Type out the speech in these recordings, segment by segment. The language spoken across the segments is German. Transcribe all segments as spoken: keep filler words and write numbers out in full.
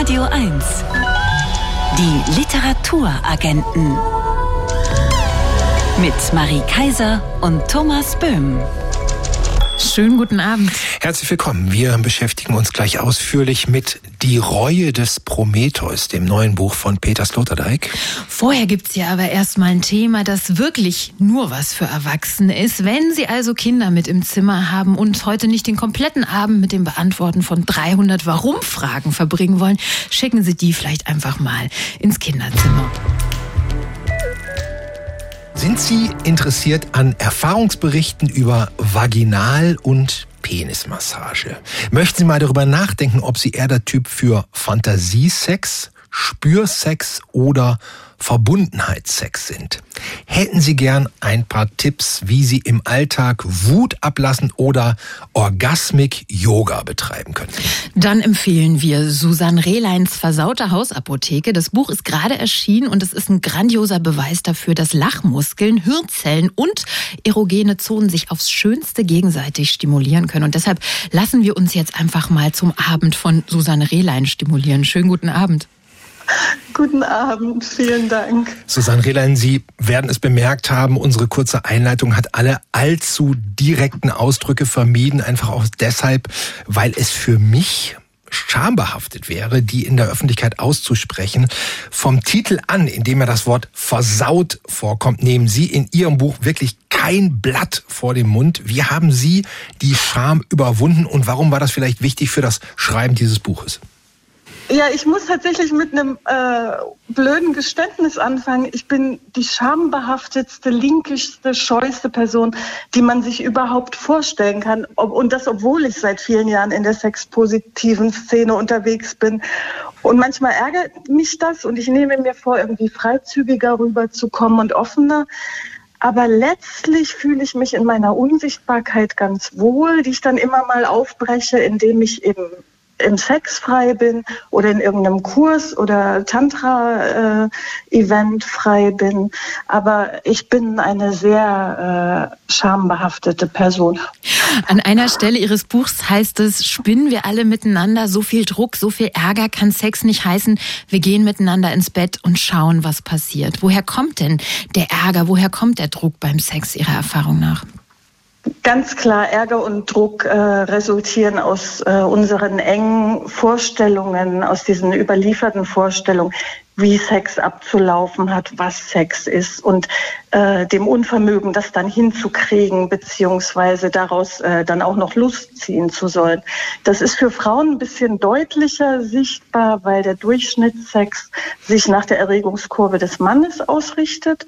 Radio eins. Die Literaturagenten. Mit Marie Kaiser und Thomas Böhm. Schönen guten Abend. Herzlich willkommen. Wir beschäftigen uns gleich ausführlich mit Die Reue des Prometheus, dem neuen Buch von Peter Sloterdijk. Vorher gibt's ja aber erstmal ein Thema, das wirklich nur was für Erwachsene ist. Wenn Sie also Kinder mit im Zimmer haben und heute nicht den kompletten Abend mit dem Beantworten von dreihundert Warum-Fragen verbringen wollen, schicken Sie die vielleicht einfach mal ins Kinderzimmer. Sind Sie interessiert an Erfahrungsberichten über Vaginal- und Penismassage? Möchten Sie mal darüber nachdenken, ob Sie eher der Typ für Fantasiesex, Spürsex oder Verbundenheitssex sind? Hätten Sie gern ein paar Tipps, wie Sie im Alltag Wut ablassen oder Orgasmic-Yoga betreiben können? Dann empfehlen wir Susanne Rehleins Versaute Hausapotheke. Das Buch ist gerade erschienen und es ist ein grandioser Beweis dafür, dass Lachmuskeln, Hirnzellen und erogene Zonen sich aufs Schönste gegenseitig stimulieren können. Und deshalb lassen wir uns jetzt einfach mal zum Abend von Susanne Rehlein stimulieren. Schönen guten Abend. Guten Abend, vielen Dank. Susanne Rehlein, Sie werden es bemerkt haben, unsere kurze Einleitung hat alle allzu direkten Ausdrücke vermieden, einfach auch deshalb, weil es für mich schambehaftet wäre, die in der Öffentlichkeit auszusprechen. Vom Titel an, in dem ja das Wort versaut vorkommt, nehmen Sie in Ihrem Buch wirklich kein Blatt vor dem Mund. Wie haben Sie die Scham überwunden und warum war das vielleicht wichtig für das Schreiben dieses Buches? Ja, ich muss tatsächlich mit einem äh, blöden Geständnis anfangen. Ich bin die schambehaftetste, linkischste, scheueste Person, die man sich überhaupt vorstellen kann. Ob, und das, obwohl ich seit vielen Jahren in der sexpositiven Szene unterwegs bin. Und manchmal ärgert mich das und ich nehme mir vor, irgendwie freizügiger rüberzukommen und offener. Aber letztlich fühle ich mich in meiner Unsichtbarkeit ganz wohl, die ich dann immer mal aufbreche, indem ich eben im Sex frei bin oder in irgendeinem Kurs oder Tantra-Event äh, frei bin. Aber ich bin eine sehr äh, schambehaftete Person. An einer Stelle Ihres Buchs heißt es, spinnen wir alle miteinander, so viel Druck, so viel Ärger kann Sex nicht heißen. Wir gehen miteinander ins Bett und schauen, was passiert. Woher kommt denn der Ärger, woher kommt der Druck beim Sex Ihrer Erfahrung nach? Ganz klar, Ärger und Druck äh, resultieren aus äh, unseren engen Vorstellungen, aus diesen überlieferten Vorstellungen, wie Sex abzulaufen hat, was Sex ist und äh, dem Unvermögen, das dann hinzukriegen, beziehungsweise daraus äh, dann auch noch Lust ziehen zu sollen. Das ist für Frauen ein bisschen deutlicher sichtbar, weil der Durchschnittssex sich nach der Erregungskurve des Mannes ausrichtet.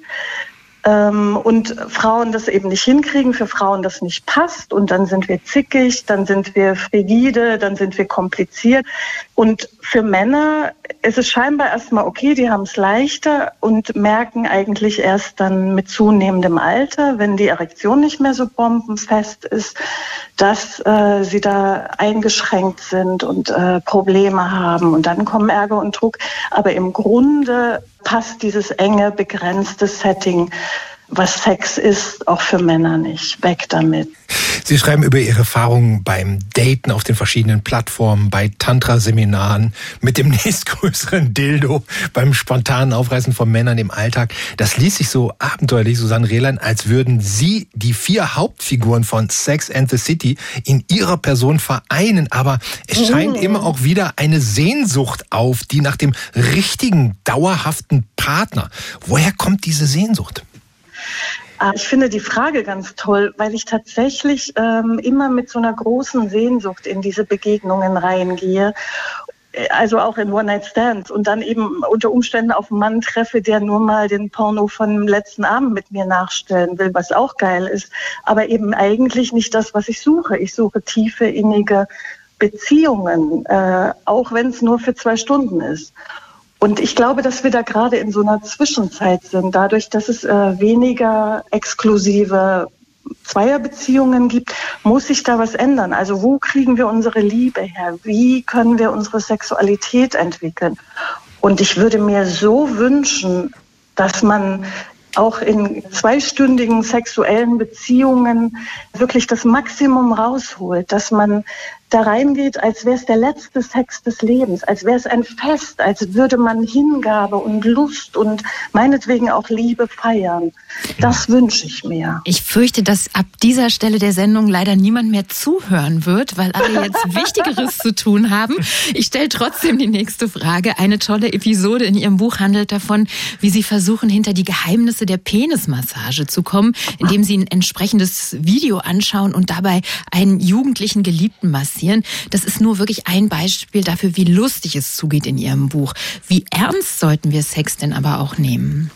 Und Frauen das eben nicht hinkriegen, für Frauen das nicht passt und dann sind wir zickig, dann sind wir frigide, dann sind wir kompliziert. Und für Männer ist es scheinbar erstmal okay, die haben es leichter und merken eigentlich erst dann mit zunehmendem Alter, wenn die Erektion nicht mehr so bombenfest ist, dass äh, sie da eingeschränkt sind und äh, Probleme haben und dann kommen Ärger und Druck. Aber im Grunde passt dieses enge, begrenzte Setting, was Sex ist, auch für Männer nicht. Weg damit. Sie schreiben über Ihre Erfahrungen beim Daten auf den verschiedenen Plattformen, bei Tantra-Seminaren, mit dem nächstgrößeren Dildo, beim spontanen Aufreißen von Männern im Alltag. Das liest sich so abenteuerlich, Susanne Rehlein, als würden Sie die vier Hauptfiguren von Sex and the City in Ihrer Person vereinen. Aber es scheint mm. immer auch wieder eine Sehnsucht auf, die nach dem richtigen, dauerhaften Partner. Woher kommt diese Sehnsucht? Ich finde die Frage ganz toll, weil ich tatsächlich ähm, immer mit so einer großen Sehnsucht in diese Begegnungen reingehe. Also auch in One-Night-Stands und dann eben unter Umständen auf einen Mann treffe, der nur mal den Porno von dem letzten Abend mit mir nachstellen will, was auch geil ist. Aber eben eigentlich nicht das, was ich suche. Ich suche tiefe, innige Beziehungen, äh, auch wenn es nur für zwei Stunden ist. Und ich glaube, dass wir da gerade in so einer Zwischenzeit sind, dadurch, dass es äh, weniger exklusive Zweierbeziehungen gibt, muss sich da was ändern. Also wo kriegen wir unsere Liebe her? Wie können wir unsere Sexualität entwickeln? Und ich würde mir so wünschen, dass man auch in zweistündigen sexuellen Beziehungen wirklich das Maximum rausholt, dass man da reingeht, als wäre es der letzte Sex des Lebens, als wäre es ein Fest, als würde man Hingabe und Lust und meinetwegen auch Liebe feiern. Das wünsche ich mir. Ich fürchte, dass ab dieser Stelle der Sendung leider niemand mehr zuhören wird, weil alle jetzt Wichtigeres zu tun haben. Ich stelle trotzdem die nächste Frage. Eine tolle Episode in Ihrem Buch handelt davon, wie Sie versuchen, hinter die Geheimnisse der Penismassage zu kommen, indem Sie ein entsprechendes Video anschauen und dabei einen jugendlichen Geliebten massieren. Das ist nur wirklich ein Beispiel dafür, wie lustig es zugeht in Ihrem Buch. Wie ernst sollten wir Sex denn aber auch nehmen?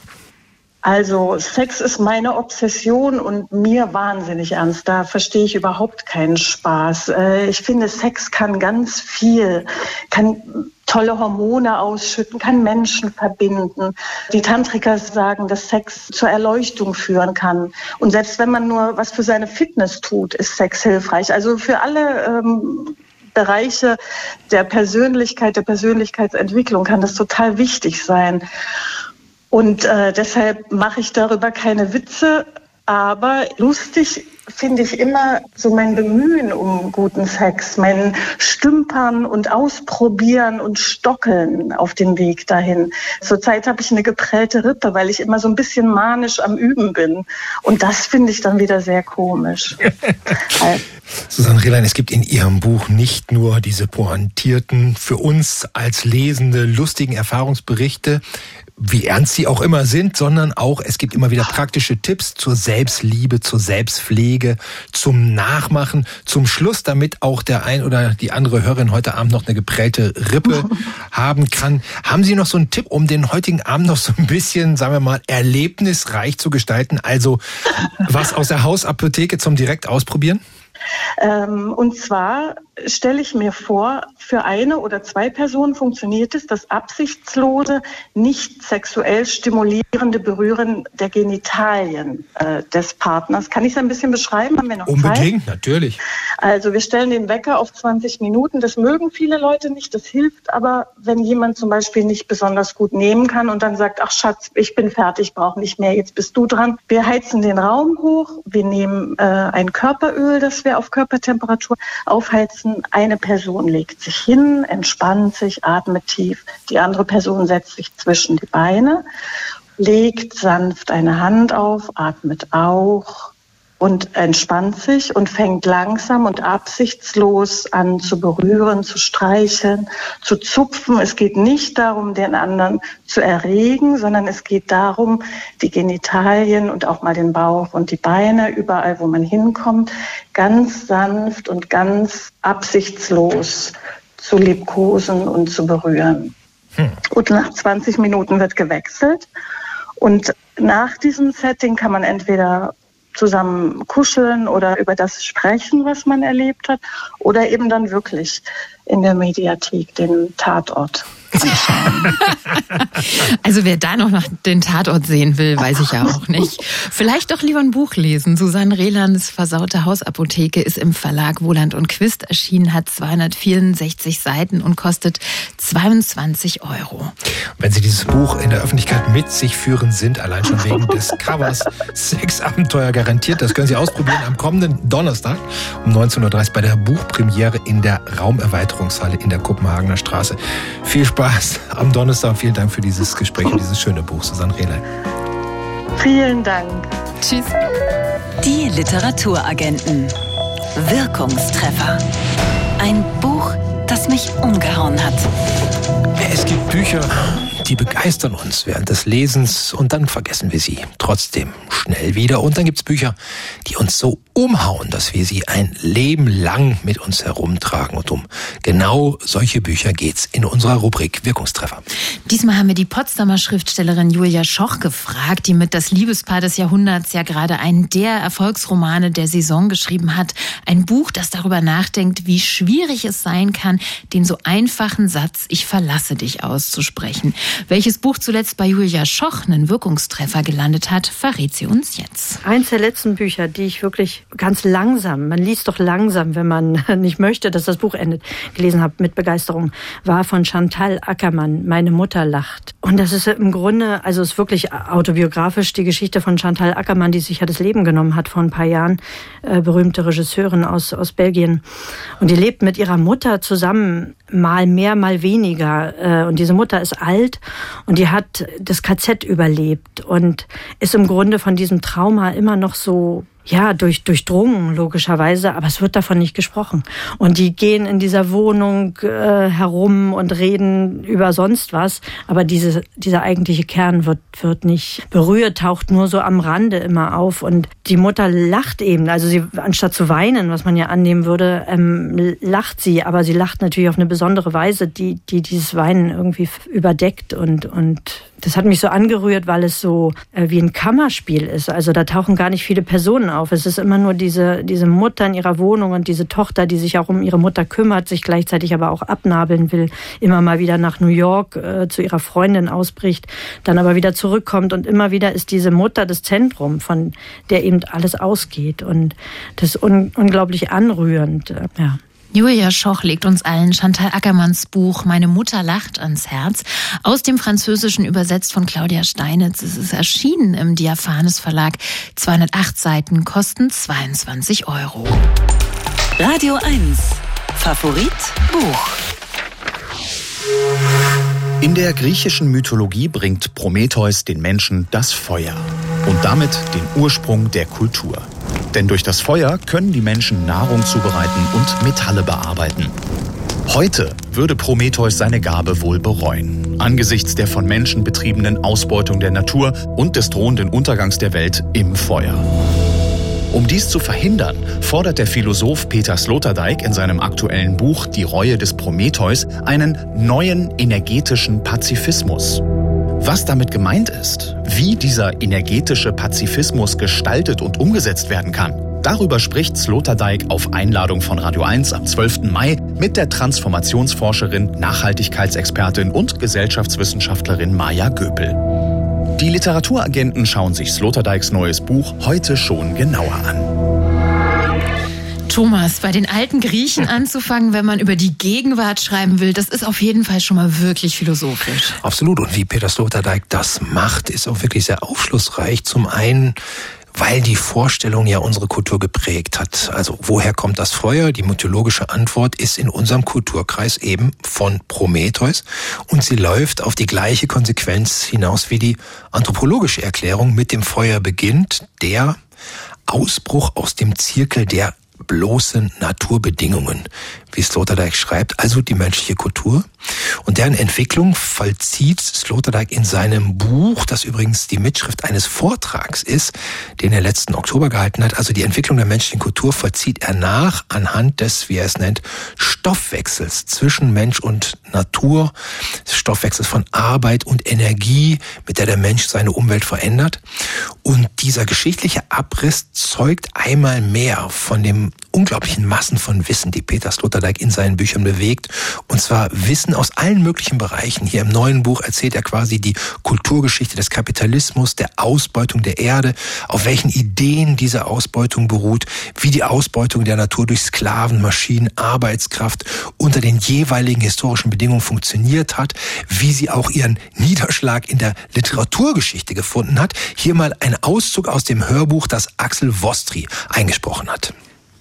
Also Sex ist meine Obsession und mir wahnsinnig ernst. Da verstehe ich überhaupt keinen Spaß. Ich finde, Sex kann ganz viel, kann tolle Hormone ausschütten, kann Menschen verbinden. Die Tantriker sagen, dass Sex zur Erleuchtung führen kann. Und selbst wenn man nur was für seine Fitness tut, ist Sex hilfreich. Also für alle ähm, Bereiche der Persönlichkeit, der Persönlichkeitsentwicklung kann das total wichtig sein. Und äh, deshalb mache ich darüber keine Witze, aber lustig finde ich immer so mein Bemühen um guten Sex, mein Stümpern und Ausprobieren und Stockeln auf dem Weg dahin. Zurzeit habe ich eine geprellte Rippe, weil ich immer so ein bisschen manisch am Üben bin. Und das finde ich dann wieder sehr komisch. Also, Susanne Rehlein, es gibt in Ihrem Buch nicht nur diese pointierten, für uns als Lesende lustigen Erfahrungsberichte, wie ernst sie auch immer sind, sondern auch, es gibt immer wieder praktische Tipps zur Selbstliebe, zur Selbstpflege, zum Nachmachen, zum Schluss, damit auch der ein oder die andere Hörerin heute Abend noch eine geprellte Rippe haben kann. Haben Sie noch so einen Tipp, um den heutigen Abend noch so ein bisschen, sagen wir mal, erlebnisreich zu gestalten? Also was aus der Hausapotheke zum direkt ausprobieren? Ähm, und zwar stelle ich mir vor, für eine oder zwei Personen funktioniert es, das absichtslose, nicht sexuell stimulierende Berühren der Genitalien äh, des Partners. Kann ich es ein bisschen beschreiben? Haben wir noch Zeit? Unbedingt, natürlich. Also wir stellen den Wecker auf zwanzig Minuten. Das mögen viele Leute nicht. Das hilft aber, wenn jemand zum Beispiel nicht besonders gut nehmen kann und dann sagt, ach Schatz, ich bin fertig, brauche nicht mehr, jetzt bist du dran. Wir heizen den Raum hoch. Wir nehmen äh, ein Körperöl, das wir auf Körpertemperatur aufheizen. Eine Person legt sich hin, entspannt sich, atmet tief. Die andere Person setzt sich zwischen die Beine, legt sanft eine Hand auf, atmet auch und entspannt sich und fängt langsam und absichtslos an zu berühren, zu streicheln, zu zupfen. Es geht nicht darum, den anderen zu erregen, sondern es geht darum, die Genitalien und auch mal den Bauch und die Beine, überall, wo man hinkommt, ganz sanft und ganz absichtslos zu liebkosen und zu berühren. Hm. Und nach zwanzig Minuten wird gewechselt. Und nach diesem Setting kann man entweder zusammen kuscheln oder über das sprechen, was man erlebt hat, oder eben dann wirklich in der Mediathek den Tatort anschauen. Also wer da noch nach den Tatort sehen will, weiß ich ja auch nicht. Vielleicht doch lieber ein Buch lesen. Susanne Rehleins Versaute Hausapotheke ist im Verlag Wohland und Quist erschienen, hat zweihundertvierundsechzig Seiten und kostet zweiundzwanzig Euro. Wenn Sie dieses Buch in der Öffentlichkeit mit sich führen, sind allein schon wegen des Covers Sexabenteuer garantiert. Das können Sie ausprobieren am kommenden Donnerstag um neunzehn Uhr dreißig bei der Buchpremiere in der Raumerweiterungshalle in der Kopenhagener Straße. Viel Spaß am Donnerstag. Vielen Dank für dieses Gespräch und dieses schöne Buch, Susanne Rehlein. Vielen Dank. Tschüss. Die Literaturagenten. Wirkungstreffer. Ein Buch, das mich umgehauen hat. Es gibt Bücher, die begeistern uns während des Lesens und dann vergessen wir sie trotzdem schnell wieder. Und dann gibt es Bücher, die uns so umhauen, dass wir sie ein Leben lang mit uns herumtragen. Und um genau solche Bücher geht's in unserer Rubrik Wirkungstreffer. Diesmal haben wir die Potsdamer Schriftstellerin Julia Schoch gefragt, die mit Das Liebespaar des Jahrhunderts ja gerade einen der Erfolgsromane der Saison geschrieben hat. Ein Buch, das darüber nachdenkt, wie schwierig es sein kann, den so einfachen Satz "Ich verlasse dich" auszusprechen. Welches Buch zuletzt bei Julia Schoch einen Wirkungstreffer gelandet hat, verrät sie uns jetzt. Eins der letzten Bücher, die ich wirklich ganz langsam, man liest doch langsam, wenn man nicht möchte, dass das Buch endet, gelesen habe mit Begeisterung, war von Chantal Akermann, Meine Mutter lacht. Und das ist im Grunde, also ist wirklich autobiografisch die Geschichte von Chantal Akermann, die sich ja das Leben genommen hat vor ein paar Jahren, äh, berühmte Regisseurin aus, aus Belgien. Und die lebt mit ihrer Mutter zusammen, mal mehr, mal weniger. Äh, und diese Mutter ist alt und die hat das K Z überlebt und ist im Grunde von diesem Trauma immer noch so, ja, durch, durchdrungen, logischerweise, aber es wird davon nicht gesprochen. Und die gehen in dieser Wohnung äh, herum und reden über sonst was, aber diese, dieser eigentliche Kern wird, wird nicht berührt, taucht nur so am Rande immer auf. Und die Mutter lacht eben, also sie, anstatt zu weinen, was man ja annehmen würde, ähm, lacht sie, aber sie lacht natürlich auf eine besondere Weise, die, die dieses Weinen irgendwie überdeckt und, und das hat mich so angerührt, weil es so äh, wie ein Kammerspiel ist. Also da tauchen gar nicht viele Personen auf. Es ist immer nur diese, diese Mutter in ihrer Wohnung und diese Tochter, die sich auch um ihre Mutter kümmert, sich gleichzeitig aber auch abnabeln will, immer mal wieder nach New York äh, zu ihrer Freundin ausbricht, dann aber wieder zurückkommt und immer wieder ist diese Mutter das Zentrum, von der eben alles ausgeht. Und das ist un- unglaublich anrührend, äh, ja. Julia Schoch legt uns allen Chantal Akermanns Buch Meine Mutter lacht ans Herz. Aus dem Französischen übersetzt von Claudia Steinitz. Es ist erschienen im Diaphanes Verlag. zweihundertacht Seiten, kosten zweiundzwanzig Euro. Radio eins. Favorit Buch. In der griechischen Mythologie bringt Prometheus den Menschen das Feuer und damit den Ursprung der Kultur. Denn durch das Feuer können die Menschen Nahrung zubereiten und Metalle bearbeiten. Heute würde Prometheus seine Gabe wohl bereuen, angesichts der von Menschen betriebenen Ausbeutung der Natur und des drohenden Untergangs der Welt im Feuer. Um dies zu verhindern, fordert der Philosoph Peter Sloterdijk in seinem aktuellen Buch Die Reue des Prometheus einen neuen energetischen Pazifismus. Was damit gemeint ist, wie dieser energetische Pazifismus gestaltet und umgesetzt werden kann, darüber spricht Sloterdijk auf Einladung von Radio eins am zwölften Mai mit der Transformationsforscherin, Nachhaltigkeitsexpertin und Gesellschaftswissenschaftlerin Maja Göpel. Die Literaturagenten schauen sich Sloterdijks neues Buch heute schon genauer an. Thomas, bei den alten Griechen anzufangen, wenn man über die Gegenwart schreiben will, das ist auf jeden Fall schon mal wirklich philosophisch. Absolut. Und wie Peter Sloterdijk das macht, ist auch wirklich sehr aufschlussreich. Zum einen, weil die Vorstellung ja unsere Kultur geprägt hat. Also woher kommt das Feuer? Die mythologische Antwort ist in unserem Kulturkreis eben von Prometheus. Und sie läuft auf die gleiche Konsequenz hinaus wie die anthropologische Erklärung. Mit dem Feuer beginnt der Ausbruch aus dem Zirkel der bloßen Naturbedingungen, wie Sloterdijk schreibt, also die menschliche Kultur. Und deren Entwicklung vollzieht Sloterdijk in seinem Buch, das übrigens die Mitschrift eines Vortrags ist, den er letzten Oktober gehalten hat. Also die Entwicklung der menschlichen Kultur vollzieht er nach anhand des, wie er es nennt, Stoffwechsels zwischen Mensch und Natur, Stoffwechsels von Arbeit und Energie, mit der der Mensch seine Umwelt verändert. Und dieser geschichtliche Abriss zeugt einmal mehr von dem unglaublichen Massen von Wissen, die Peter Sloterdijk in seinen Büchern bewegt. Und zwar Wissen aus allen möglichen Bereichen. Hier im neuen Buch erzählt er quasi die Kulturgeschichte des Kapitalismus, der Ausbeutung der Erde, auf welchen Ideen diese Ausbeutung beruht, wie die Ausbeutung der Natur durch Sklaven, Maschinen, Arbeitskraft unter den jeweiligen historischen Bedingungen funktioniert hat, wie sie auch ihren Niederschlag in der Literaturgeschichte gefunden hat. Hier mal ein Auszug aus dem Hörbuch, das Axel Vostri eingesprochen hat.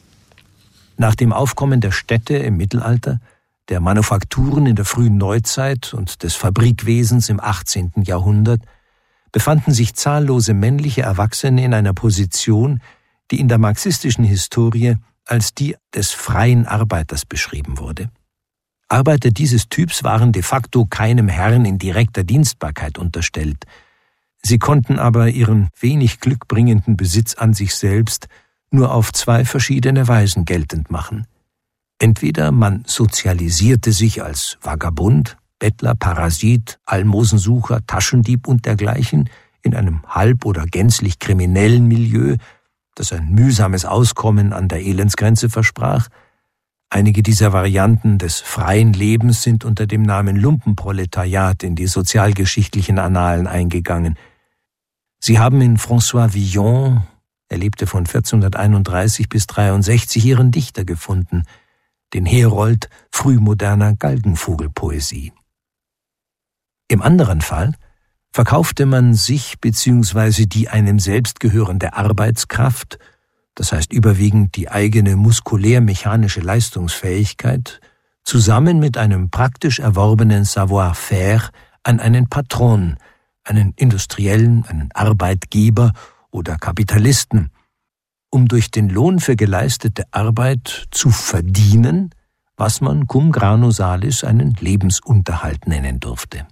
Nach dem Aufkommen der Städte im Mittelalter, der Manufakturen in der frühen Neuzeit und des Fabrikwesens im achtzehnten Jahrhundert befanden sich zahllose männliche Erwachsene in einer Position, die in der marxistischen Historie als die des freien Arbeiters beschrieben wurde. Arbeiter dieses Typs waren de facto keinem Herrn in direkter Dienstbarkeit unterstellt. Sie konnten aber ihren wenig glückbringenden Besitz an sich selbst nur auf zwei verschiedene Weisen geltend machen. Entweder man sozialisierte sich als Vagabund, Bettler, Parasit, Almosensucher, Taschendieb und dergleichen in einem halb- oder gänzlich kriminellen Milieu, das ein mühsames Auskommen an der Elendsgrenze versprach, Einige dieser Varianten des freien Lebens sind unter dem Namen Lumpenproletariat in die sozialgeschichtlichen Annalen eingegangen. Sie haben in François Villon, er lebte von vierzehnhunderteinunddreißig bis dreiundsechzig, ihren Dichter gefunden, den Herold frühmoderner Galgenvogelpoesie. Im anderen Fall verkaufte man sich bzw. die einem selbst gehörende Arbeitskraft, das heißt überwiegend die eigene muskulär-mechanische Leistungsfähigkeit, zusammen mit einem praktisch erworbenen Savoir-faire an einen Patron, einen Industriellen, einen Arbeitgeber oder Kapitalisten, um durch den Lohn für geleistete Arbeit zu verdienen, was man cum grano salis einen Lebensunterhalt nennen durfte.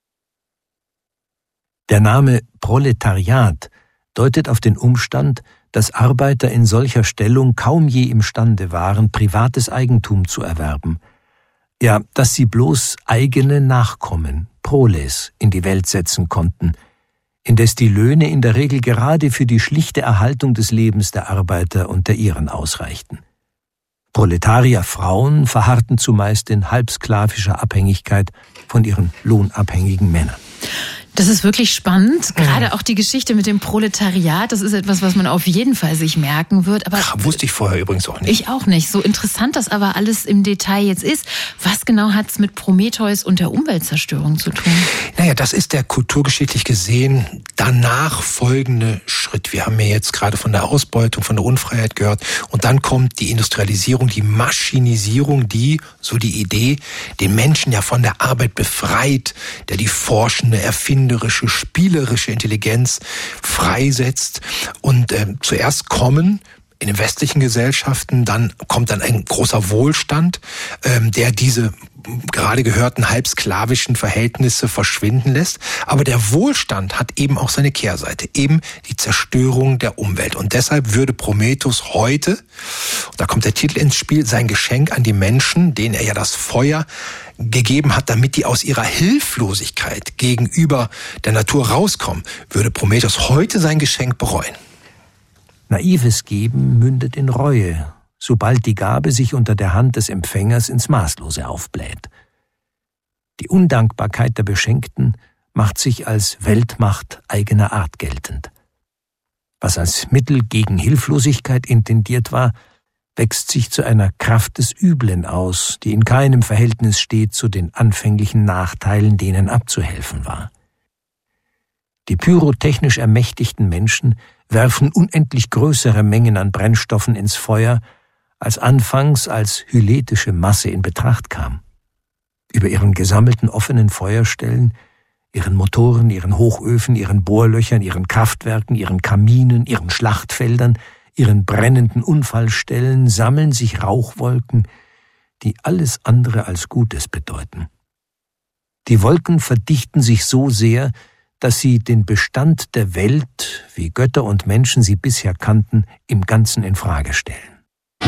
Der Name Proletariat deutet auf den Umstand, dass Arbeiter in solcher Stellung kaum je imstande waren, privates Eigentum zu erwerben, ja, dass sie bloß eigene Nachkommen, Proles, in die Welt setzen konnten, indes die Löhne in der Regel gerade für die schlichte Erhaltung des Lebens der Arbeiter und der ihren ausreichten. Proletarierfrauen verharrten zumeist in halbsklavischer Abhängigkeit von ihren lohnabhängigen Männern. Das ist wirklich spannend, gerade auch die Geschichte mit dem Proletariat, das ist etwas, was man auf jeden Fall sich merken wird. Aber Ach, wusste ich vorher übrigens auch nicht. Ich auch nicht. So interessant das aber alles im Detail jetzt ist, was genau hat es mit Prometheus und der Umweltzerstörung zu tun? Naja, das ist der kulturgeschichtlich gesehen danach folgende Schritt. Wir haben ja jetzt gerade von der Ausbeutung, von der Unfreiheit gehört und dann kommt die Industrialisierung, die Maschinisierung, die, so die Idee, den Menschen ja von der Arbeit befreit, der die forschende, erfindende, spielerische Intelligenz freisetzt. Und äh, zuerst kommen in den westlichen Gesellschaften, dann kommt dann ein großer Wohlstand, ähm, der diese gerade gehörten halbsklavischen Verhältnisse verschwinden lässt. Aber der Wohlstand hat eben auch seine Kehrseite, eben die Zerstörung der Umwelt. Und deshalb würde Prometheus heute, und da kommt der Titel ins Spiel, sein Geschenk an die Menschen, denen er ja das Feuer gegeben hat, damit die aus ihrer Hilflosigkeit gegenüber der Natur rauskommen, würde Prometheus heute sein Geschenk bereuen. Naives Geben mündet in Reue, sobald die Gabe sich unter der Hand des Empfängers ins Maßlose aufbläht. Die Undankbarkeit der Beschenkten macht sich als Weltmacht eigener Art geltend. Was als Mittel gegen Hilflosigkeit intendiert war, wächst sich zu einer Kraft des Üblen aus, die in keinem Verhältnis steht zu den anfänglichen Nachteilen, denen abzuhelfen war. Die pyrotechnisch ermächtigten Menschen werfen unendlich größere Mengen an Brennstoffen ins Feuer, als anfangs als hyletische Masse in Betracht kam. Über ihren gesammelten offenen Feuerstellen, ihren Motoren, ihren Hochöfen, ihren Bohrlöchern, ihren Kraftwerken, ihren Kaminen, ihren Schlachtfeldern, ihren brennenden Unfallstellen sammeln sich Rauchwolken, die alles andere als Gutes bedeuten. Die Wolken verdichten sich so sehr, dass sie den Bestand der Welt, wie Götter und Menschen sie bisher kannten, im Ganzen in Frage stellen.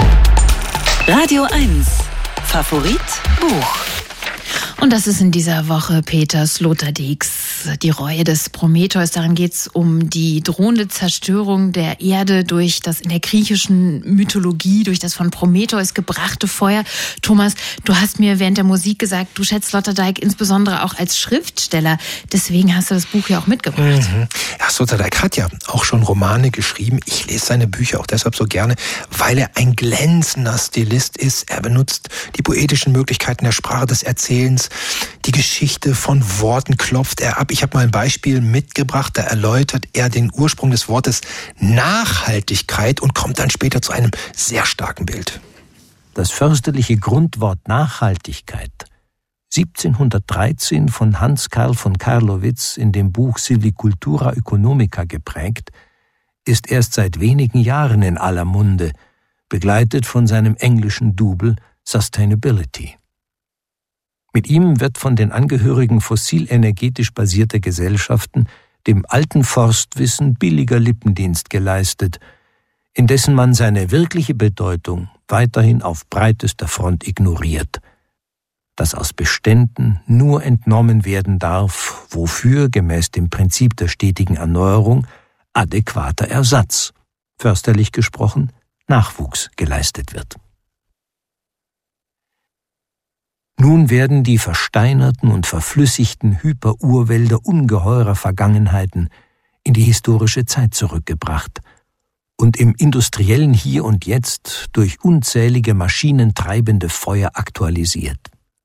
Radio eins. Favorit Buch. Und das ist in dieser Woche Peter Sloterdijks Die Reue des Prometheus. Darin geht es um die drohende Zerstörung der Erde durch das in der griechischen Mythologie, durch das von Prometheus gebrachte Feuer. Thomas, du hast mir während der Musik gesagt, du schätzt Sloterdijk insbesondere auch als Schriftsteller. Deswegen hast du das Buch ja auch mitgebracht. Mhm. Ja, Sloterdijk hat ja auch schon Romane geschrieben. Ich lese seine Bücher auch deshalb so gerne, weil er ein glänzender Stilist ist. Er benutzt die poetischen Möglichkeiten der Sprache des Erzählens. Die Geschichte von Worten klopft er ab. Ich habe mal ein Beispiel mitgebracht, da erläutert er den Ursprung des Wortes Nachhaltigkeit und kommt dann später zu einem sehr starken Bild. Das försterliche Grundwort Nachhaltigkeit, siebzehnhundertdreizehn von Hans Karl von Karlowitz in dem Buch Silvicultura Economica geprägt, ist erst seit wenigen Jahren in aller Munde, begleitet von seinem englischen Double Sustainability. Mit ihm wird von den Angehörigen fossilenergetisch basierter Gesellschaften dem alten Forstwissen billiger Lippendienst geleistet, indessen man seine wirkliche Bedeutung weiterhin auf breitester Front ignoriert, dass aus Beständen nur entnommen werden darf, wofür gemäß dem Prinzip der stetigen Erneuerung adäquater Ersatz, försterlich gesprochen, Nachwuchs geleistet wird. Nun werden die versteinerten und verflüssigten Hyperurwälder ungeheurer Vergangenheiten in die historische Zeit zurückgebracht und im industriellen Hier und Jetzt durch unzählige maschinentreibende Feuer aktualisiert.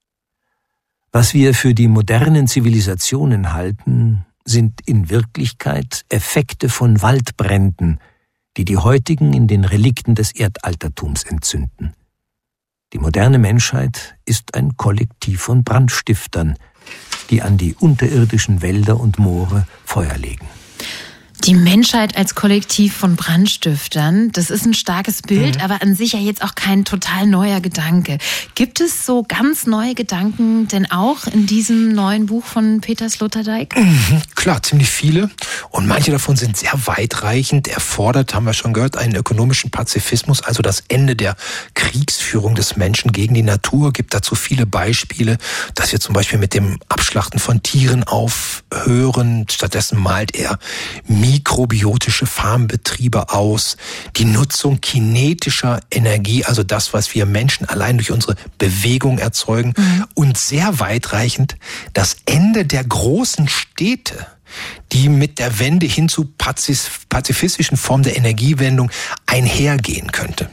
Was wir für die modernen Zivilisationen halten, sind in Wirklichkeit Effekte von Waldbränden, die die heutigen in den Relikten des Erdaltertums entzünden. Die moderne Menschheit ist ein Kollektiv von Brandstiftern, die an die unterirdischen Wälder und Moore Feuer legen. Die Menschheit als Kollektiv von Brandstiftern, das ist ein starkes Bild, mhm. aber an sich ja jetzt auch kein total neuer Gedanke. Gibt es so ganz neue Gedanken denn auch in diesem neuen Buch von Peter Sloterdijk? Mhm, klar, ziemlich viele. Und manche davon sind sehr weitreichend. Er fordert, haben wir schon gehört, einen ökonomischen Pazifismus, also das Ende der Kriegsführung des Menschen gegen die Natur. Gibt dazu viele Beispiele, dass wir zum Beispiel mit dem Abschlachten von Tieren aufhören. Stattdessen malt er mikrobiotische Farmbetriebe aus, die Nutzung kinetischer Energie, also das, was wir Menschen allein durch unsere Bewegung erzeugen, mhm. und sehr weitreichend das Ende der großen Städte, die mit der Wende hin zu pazifistischen Formen der Energiewendung einhergehen könnte.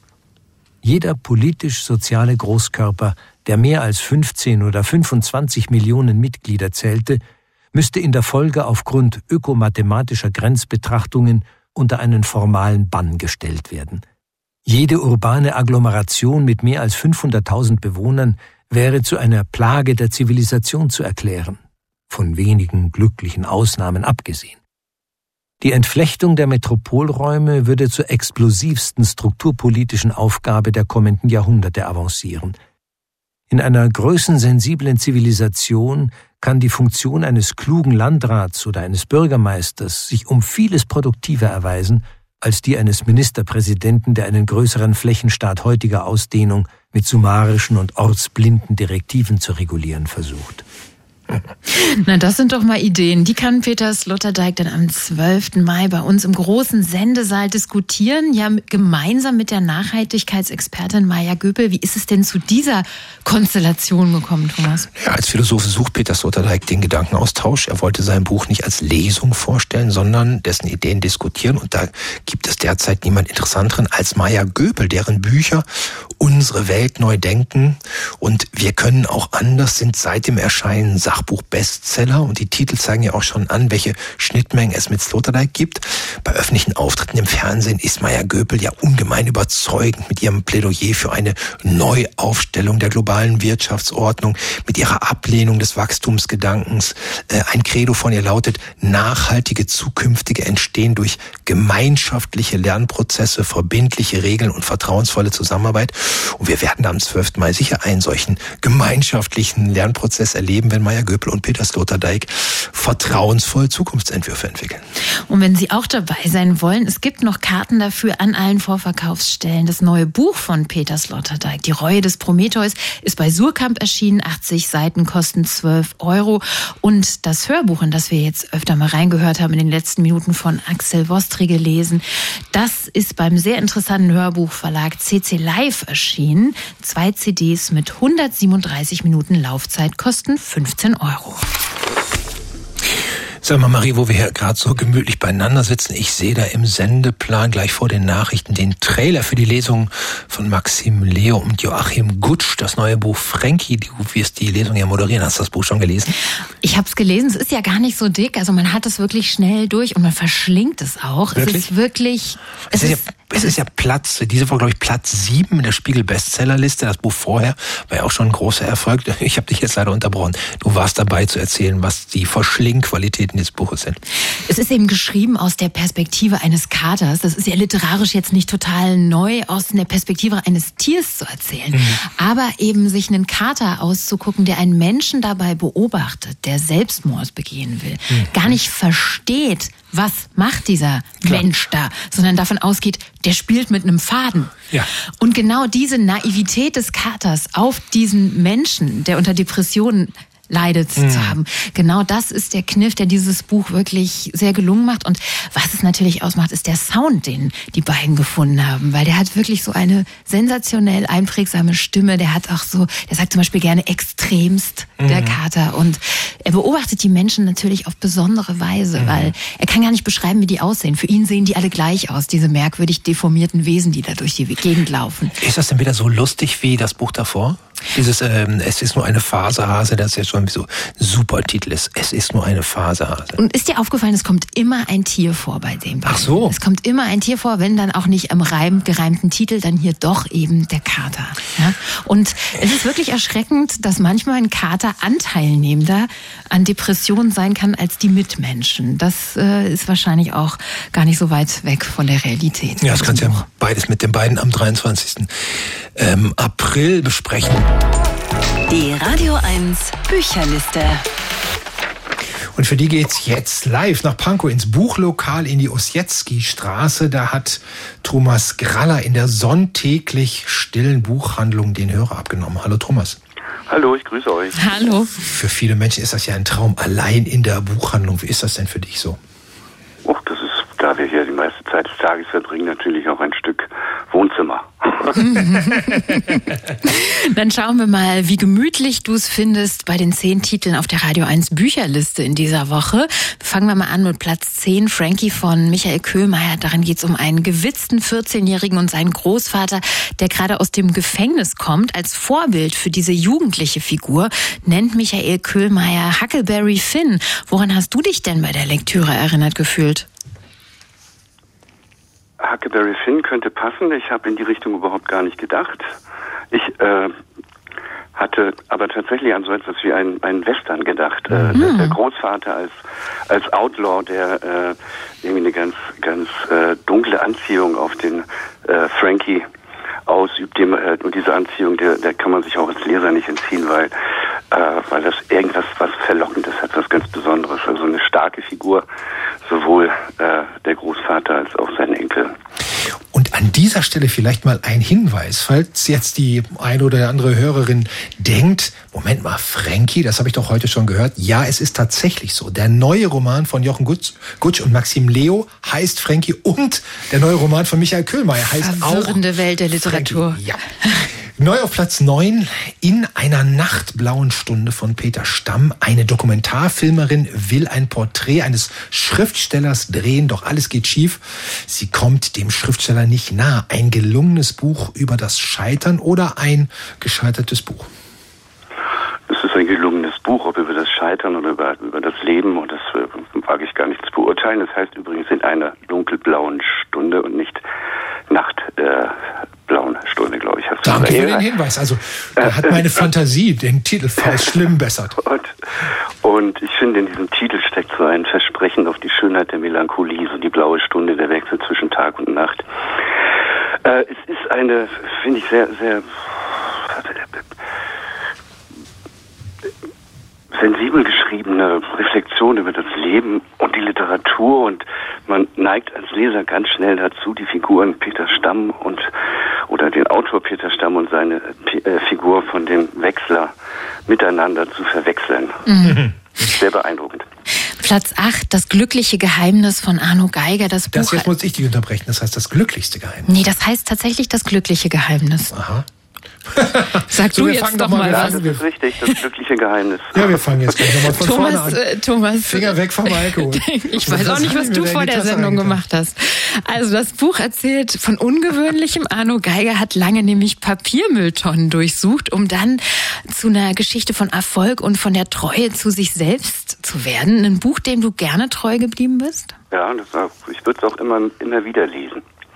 Jeder politisch-soziale Großkörper, der mehr als fünfzehn oder fünfundzwanzig Millionen Mitglieder zählte, müsste in der Folge aufgrund ökomathematischer Grenzbetrachtungen unter einen formalen Bann gestellt werden. Jede urbane Agglomeration mit mehr als fünfhunderttausend Bewohnern wäre zu einer Plage der Zivilisation zu erklären, von wenigen glücklichen Ausnahmen abgesehen. Die Entflechtung der Metropolräume würde zur explosivsten strukturpolitischen Aufgabe der kommenden Jahrhunderte avancieren. In einer größensensiblen Zivilisation kann die Funktion eines klugen Landrats oder eines Bürgermeisters sich um vieles produktiver erweisen als die eines Ministerpräsidenten, der einen größeren Flächenstaat heutiger Ausdehnung mit summarischen und ortsblinden Direktiven zu regulieren versucht. Na, das sind doch mal Ideen. Die kann Peter Sloterdijk dann am zwölften Mai bei uns im großen Sendesaal diskutieren, ja gemeinsam mit der Nachhaltigkeitsexpertin Maja Göpel. Wie ist es denn zu dieser Konstellation gekommen, Thomas? Ja, als Philosoph sucht Peter Sloterdijk den Gedankenaustausch. Er wollte sein Buch nicht als Lesung vorstellen, sondern dessen Ideen diskutieren. Und da gibt es derzeit niemand Interessanteren als Maja Göpel, deren Bücher Unsere Welt neu denken und Wir können auch anders sind seit dem Erscheinen Sachbuch-Bestseller. Und die Titel zeigen ja auch schon an, welche Schnittmengen es mit Sloterdijk gibt. Bei öffentlichen Auftritten im Fernsehen ist Maja Göpel ja ungemein überzeugend mit ihrem Plädoyer für eine Neuaufstellung der globalen Wirtschaftsordnung, mit ihrer Ablehnung des Wachstumsgedankens. Ein Credo von ihr lautet, nachhaltige zukünftige entstehen durch gemeinschaftliche Lernprozesse, verbindliche Regeln und vertrauensvolle Zusammenarbeit. Und wir werden am zwölften Mai sicher einen solchen gemeinschaftlichen Lernprozess erleben, wenn Maja Göpel und Peter Sloterdijk vertrauensvoll Zukunftsentwürfe entwickeln. Und wenn Sie auch dabei sein wollen, es gibt noch Karten dafür an allen Vorverkaufsstellen. Das neue Buch von Peter Sloterdijk, Die Reue des Prometheus, ist bei Surkamp erschienen. achtzig Seiten kosten zwölf Euro. Und das Hörbuch, in das wir jetzt öfter mal reingehört haben, in den letzten Minuten von Axel Vostri gelesen, das ist beim sehr interessanten Hörbuchverlag C C Live erschienen. Zwei C Ds mit hundertsiebenunddreißig Minuten Laufzeit kosten fünfzehn Euro. Sag mal, Marie, wo wir hier gerade so gemütlich beieinander sitzen, ich sehe da im Sendeplan gleich vor den Nachrichten den Trailer für die Lesung von Maxim Leo und Joachim Gutsch, das neue Buch Frankie. Du wirst die Lesung ja moderieren. Hast du das Buch schon gelesen? Ich habe es gelesen. Es ist ja gar nicht so dick. Also man hat es wirklich schnell durch und man verschlingt es auch. Wirklich? Es ist wirklich... Es, es ist, ist ja, es ist ja Platz, diese Woche glaube ich Platz sieben in der Spiegel-Bestsellerliste. Das Buch vorher war ja auch schon ein großer Erfolg. Ich habe dich jetzt leider unterbrochen. Du warst dabei zu erzählen, was die Verschlingqualitäten des Buches sind. Es ist eben geschrieben aus der Perspektive eines Katers. Das ist ja literarisch jetzt nicht total neu, aus der Perspektive eines Tiers zu erzählen. Mhm. Aber eben sich einen Kater auszugucken, der einen Menschen dabei beobachtet, der Selbstmord begehen will, mhm. gar nicht versteht, was macht dieser Klar. Mensch da, sondern davon ausgeht, der spielt mit einem Faden. Ja. Und genau diese Naivität des Katers auf diesen Menschen, der unter Depressionen leidet mhm. zu haben. Genau das ist der Kniff, der dieses Buch wirklich sehr gelungen macht. Und was es natürlich ausmacht, ist der Sound, den die beiden gefunden haben. Weil der hat wirklich so eine sensationell einprägsame Stimme. Der hat auch so, der sagt zum Beispiel gerne extremst, mhm. der Kater. Und er beobachtet die Menschen natürlich auf besondere Weise, mhm. weil er kann gar nicht beschreiben, wie die aussehen. Für ihn sehen die alle gleich aus, diese merkwürdig deformierten Wesen, die da durch die Gegend laufen. Ist das denn wieder so lustig wie das Buch davor? Dieses, ähm, es ist nur eine Phasehase, das ja schon so ein super Titel ist. Es ist nur eine Phasehase. Und ist dir aufgefallen, es kommt immer ein Tier vor bei dem beiden? Ach so. Es kommt immer ein Tier vor, wenn dann auch nicht im Reim, gereimten Titel, dann hier doch eben der Kater. Ja? Und es ist wirklich erschreckend, dass manchmal ein Kater anteilnehmender an Depressionen sein kann als die Mitmenschen. Das äh, ist wahrscheinlich auch gar nicht so weit weg von der Realität. Ja, das kannst du ja beides mit den beiden am dreiundzwanzigsten Ähm, April besprechen. Die Radio eins Bücherliste. Und für die geht's jetzt live nach Pankow ins Buchlokal in die Ossietzky-Straße. Da hat Thomas Graller in der sonntäglich stillen Buchhandlung den Hörer abgenommen. Hallo Thomas. Hallo, ich grüße euch. Hallo. Für viele Menschen ist das ja ein Traum, allein in der Buchhandlung. Wie ist das denn für dich so? Och, das ist, da wir hier die meiste Zeit des Tages verbringen, natürlich auch ein Stück Wohnzimmer. Dann schauen wir mal, wie gemütlich du es findest bei den zehn Titeln auf der Radio eins Bücherliste in dieser Woche. Fangen wir mal an mit Platz zehn, Frankie von Michael Köhlmeier. Darin geht es um einen gewitzten vierzehnjährigen und seinen Großvater, der gerade aus dem Gefängnis kommt. Als Vorbild für diese jugendliche Figur nennt Michael Köhlmeier Huckleberry Finn. Woran hast du dich denn bei der Lektüre erinnert gefühlt? Huckleberry Finn könnte passen. Ich habe in die Richtung überhaupt gar nicht gedacht. Ich äh, hatte aber tatsächlich an so etwas wie einen, einen Western gedacht. Mhm. Äh, der Großvater als als Outlaw, der äh, irgendwie eine ganz ganz äh, dunkle Anziehung auf den äh, Frankie ausübt. Dem, äh, und diese Anziehung, der, der kann man sich auch als Leser nicht entziehen, weil äh, weil das irgendwas was Verlockendes hat, was ganz Besonderes. Also eine starke Figur, sowohl äh, der Großvater als auch sein Enkel. Und an dieser Stelle vielleicht mal ein Hinweis, falls jetzt die eine oder andere Hörerin denkt, Moment mal, Frankie, das habe ich doch heute schon gehört. Ja, es ist tatsächlich so. Der neue Roman von Jochen Gutsch, Gutsch und Maxim Leo heißt Frankie und der neue Roman von Michael Köhlmeier heißt auch Verwirrende Welt der Literatur. Frankie. Ja. Neu auf Platz neun, In einer nachtblauen Stunde von Peter Stamm. Eine Dokumentarfilmerin will ein Porträt eines Schriftstellers drehen, doch alles geht schief. Sie kommt dem Schriftsteller nicht nah. Ein gelungenes Buch über das Scheitern oder ein gescheitertes Buch? Es ist ein gelungenes Buch, ob über das Scheitern oder über, über das Leben, und das äh, wage ich gar nicht zu beurteilen. Das heißt übrigens in einer dunkelblauen Stunde und nicht nachtblauen äh, Stunde, glaube ich. Hast du Danke für den Hinweis. Also da hat meine Fantasie den Titel fast schlimm bessert. Und, und ich finde, in diesem Titel steckt so ein Versprechen auf die Schönheit der Melancholie, so die blaue Stunde, der Wechsel zwischen Tag und Nacht. Äh, es ist eine, finde ich, sehr, sehr sensibel geschriebene Reflexion über das Leben und die Literatur, und man neigt als Leser ganz schnell dazu, die Figuren Peter Stamm und oder den Autor Peter Stamm und seine äh, Figur von dem Wechsler miteinander zu verwechseln. Mhm. Sehr beeindruckend. Platz acht, Das glückliche Geheimnis von Arno Geiger. Das, das Buch jetzt muss ich dich unterbrechen. Das heißt das glücklichste Geheimnis. Nee, das heißt tatsächlich das glückliche Geheimnis. Aha. Sag so, du jetzt doch mal ja, was. Das ist richtig, das glückliche Geheimnis. Ja, wir fangen jetzt gleich nochmal von Thomas, vorne an. Äh, Thomas, Finger weg vom Alkohol. Ich weiß auch nicht, was du vor der Sendung gemacht hast. Also das Buch erzählt von Ungewöhnlichem. Arno Geiger hat lange nämlich Papiermülltonnen durchsucht, um dann zu einer Geschichte von Erfolg und von der Treue zu sich selbst zu werden. Ein Buch, dem du gerne treu geblieben bist? Ja, das auch, ich würde es auch immer, immer wieder lesen.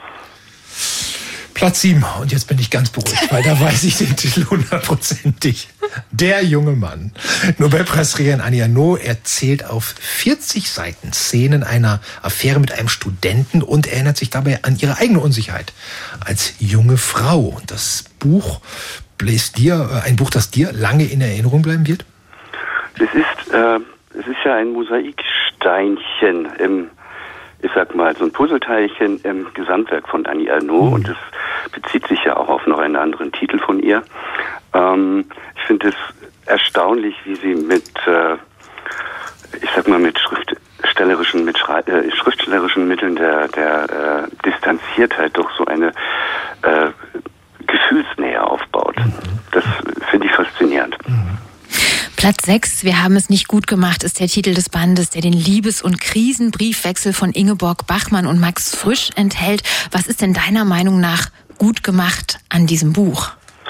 Platz sieben. Und jetzt bin ich ganz beruhigt, weil da weiß ich den Titel hundertprozentig. Der junge Mann. Nobelpreisträgerin Annie Ernaux erzählt auf vierzig Seiten Szenen einer Affäre mit einem Studenten und erinnert sich dabei an ihre eigene Unsicherheit als junge Frau. Und das Buch bläst dir, ein Buch, das dir lange in Erinnerung bleiben wird? Es ist, äh, es ist ja ein Mosaiksteinchen im, ich sag mal, so ein Puzzleteilchen im Gesamtwerk von Annie Ernaux, mhm. und es bezieht sich ja auch auf noch einen anderen Titel von ihr. Ähm, ich finde es erstaunlich, wie sie mit, äh, ich sag mal, mit schriftstellerischen, mit Schrei- äh, schriftstellerischen Mitteln der, der äh, Distanziertheit doch so eine äh, Gefühlsnähe aufbaut. Mhm. Das finde ich faszinierend. Mhm. Platz sechs, wir haben es nicht gut gemacht, ist der Titel des Bandes, der den Liebes- und Krisenbriefwechsel von Ingeborg Bachmann und Max Frisch enthält. Was ist denn deiner Meinung nach gut gemacht an diesem Buch?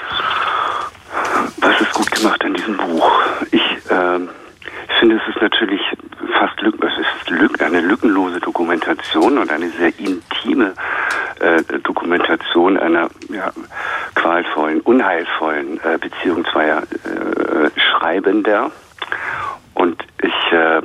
Was ist gut gemacht an diesem Buch? Ich äh, finde, es ist natürlich fast lück- es ist lück- eine lückenlose Dokumentation und eine sehr intime äh, Dokumentation einer ja, qualvollen, unheilvollen äh, Beziehung zweier äh, Schreibender. Und ich äh,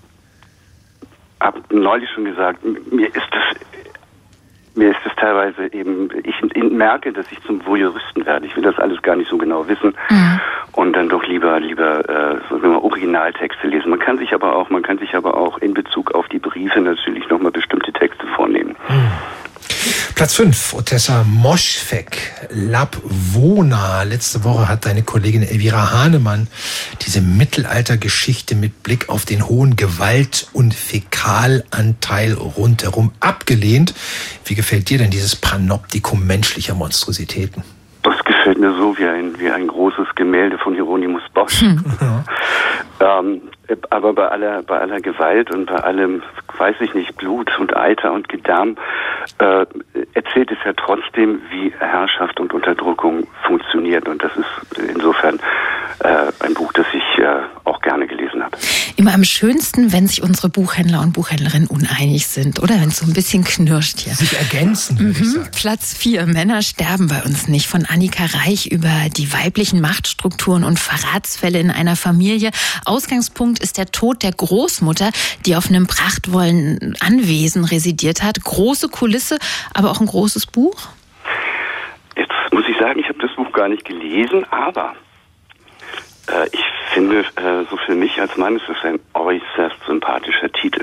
habe neulich schon gesagt, mir ist es Mir ist es teilweise eben, ich merke, dass ich zum Voyeuristen werde. Ich will das alles gar nicht so genau wissen mhm. und dann doch lieber lieber äh, so mal Originaltexte lesen. Man kann sich aber auch, man kann sich aber auch in Bezug auf die Briefe natürlich nochmal bestimmte Texte vornehmen. Mhm. Platz fünf, Otessa Moschfegh, Labwona. Letzte Woche hat deine Kollegin Elvira Hahnemann diese Mittelaltergeschichte mit Blick auf den hohen Gewalt- und Fäkalanteil rundherum abgelehnt. Wie gefällt dir denn dieses Panoptikum menschlicher Monstrositäten? Das gefällt mir so wie ein, wie ein großes Gemälde von Hieronymus Bosch. Hm. ähm, aber bei aller, bei aller Gewalt und bei allem, weiß ich nicht, Blut und Eiter und Gedärm, äh, erzählt es ja trotzdem, wie Herrschaft und Unterdrückung funktioniert. Und das ist insofern äh, ein Buch, das ich äh, auch gerne gelesen habe. Immer am schönsten, wenn sich unsere Buchhändler und Buchhändlerinnen uneinig sind, oder? Wenn es so ein bisschen knirscht hier. Sich ergänzen, würde mhm. ich sagen. Platz vier, Männer sterben bei uns nicht, von Annika Reich über die weiblichen Machtstrukturen und Verratsfälle in einer Familie. Ausgangspunkt ist der Tod der Großmutter, die auf einem prachtvollen Anwesen residiert hat. Große Kulisse, aber auch ein großes Buch? Jetzt muss ich sagen, ich habe das Buch gar nicht gelesen, aber äh, ich finde, äh, so für mich als Mann ist das ein äußerst sympathischer Titel.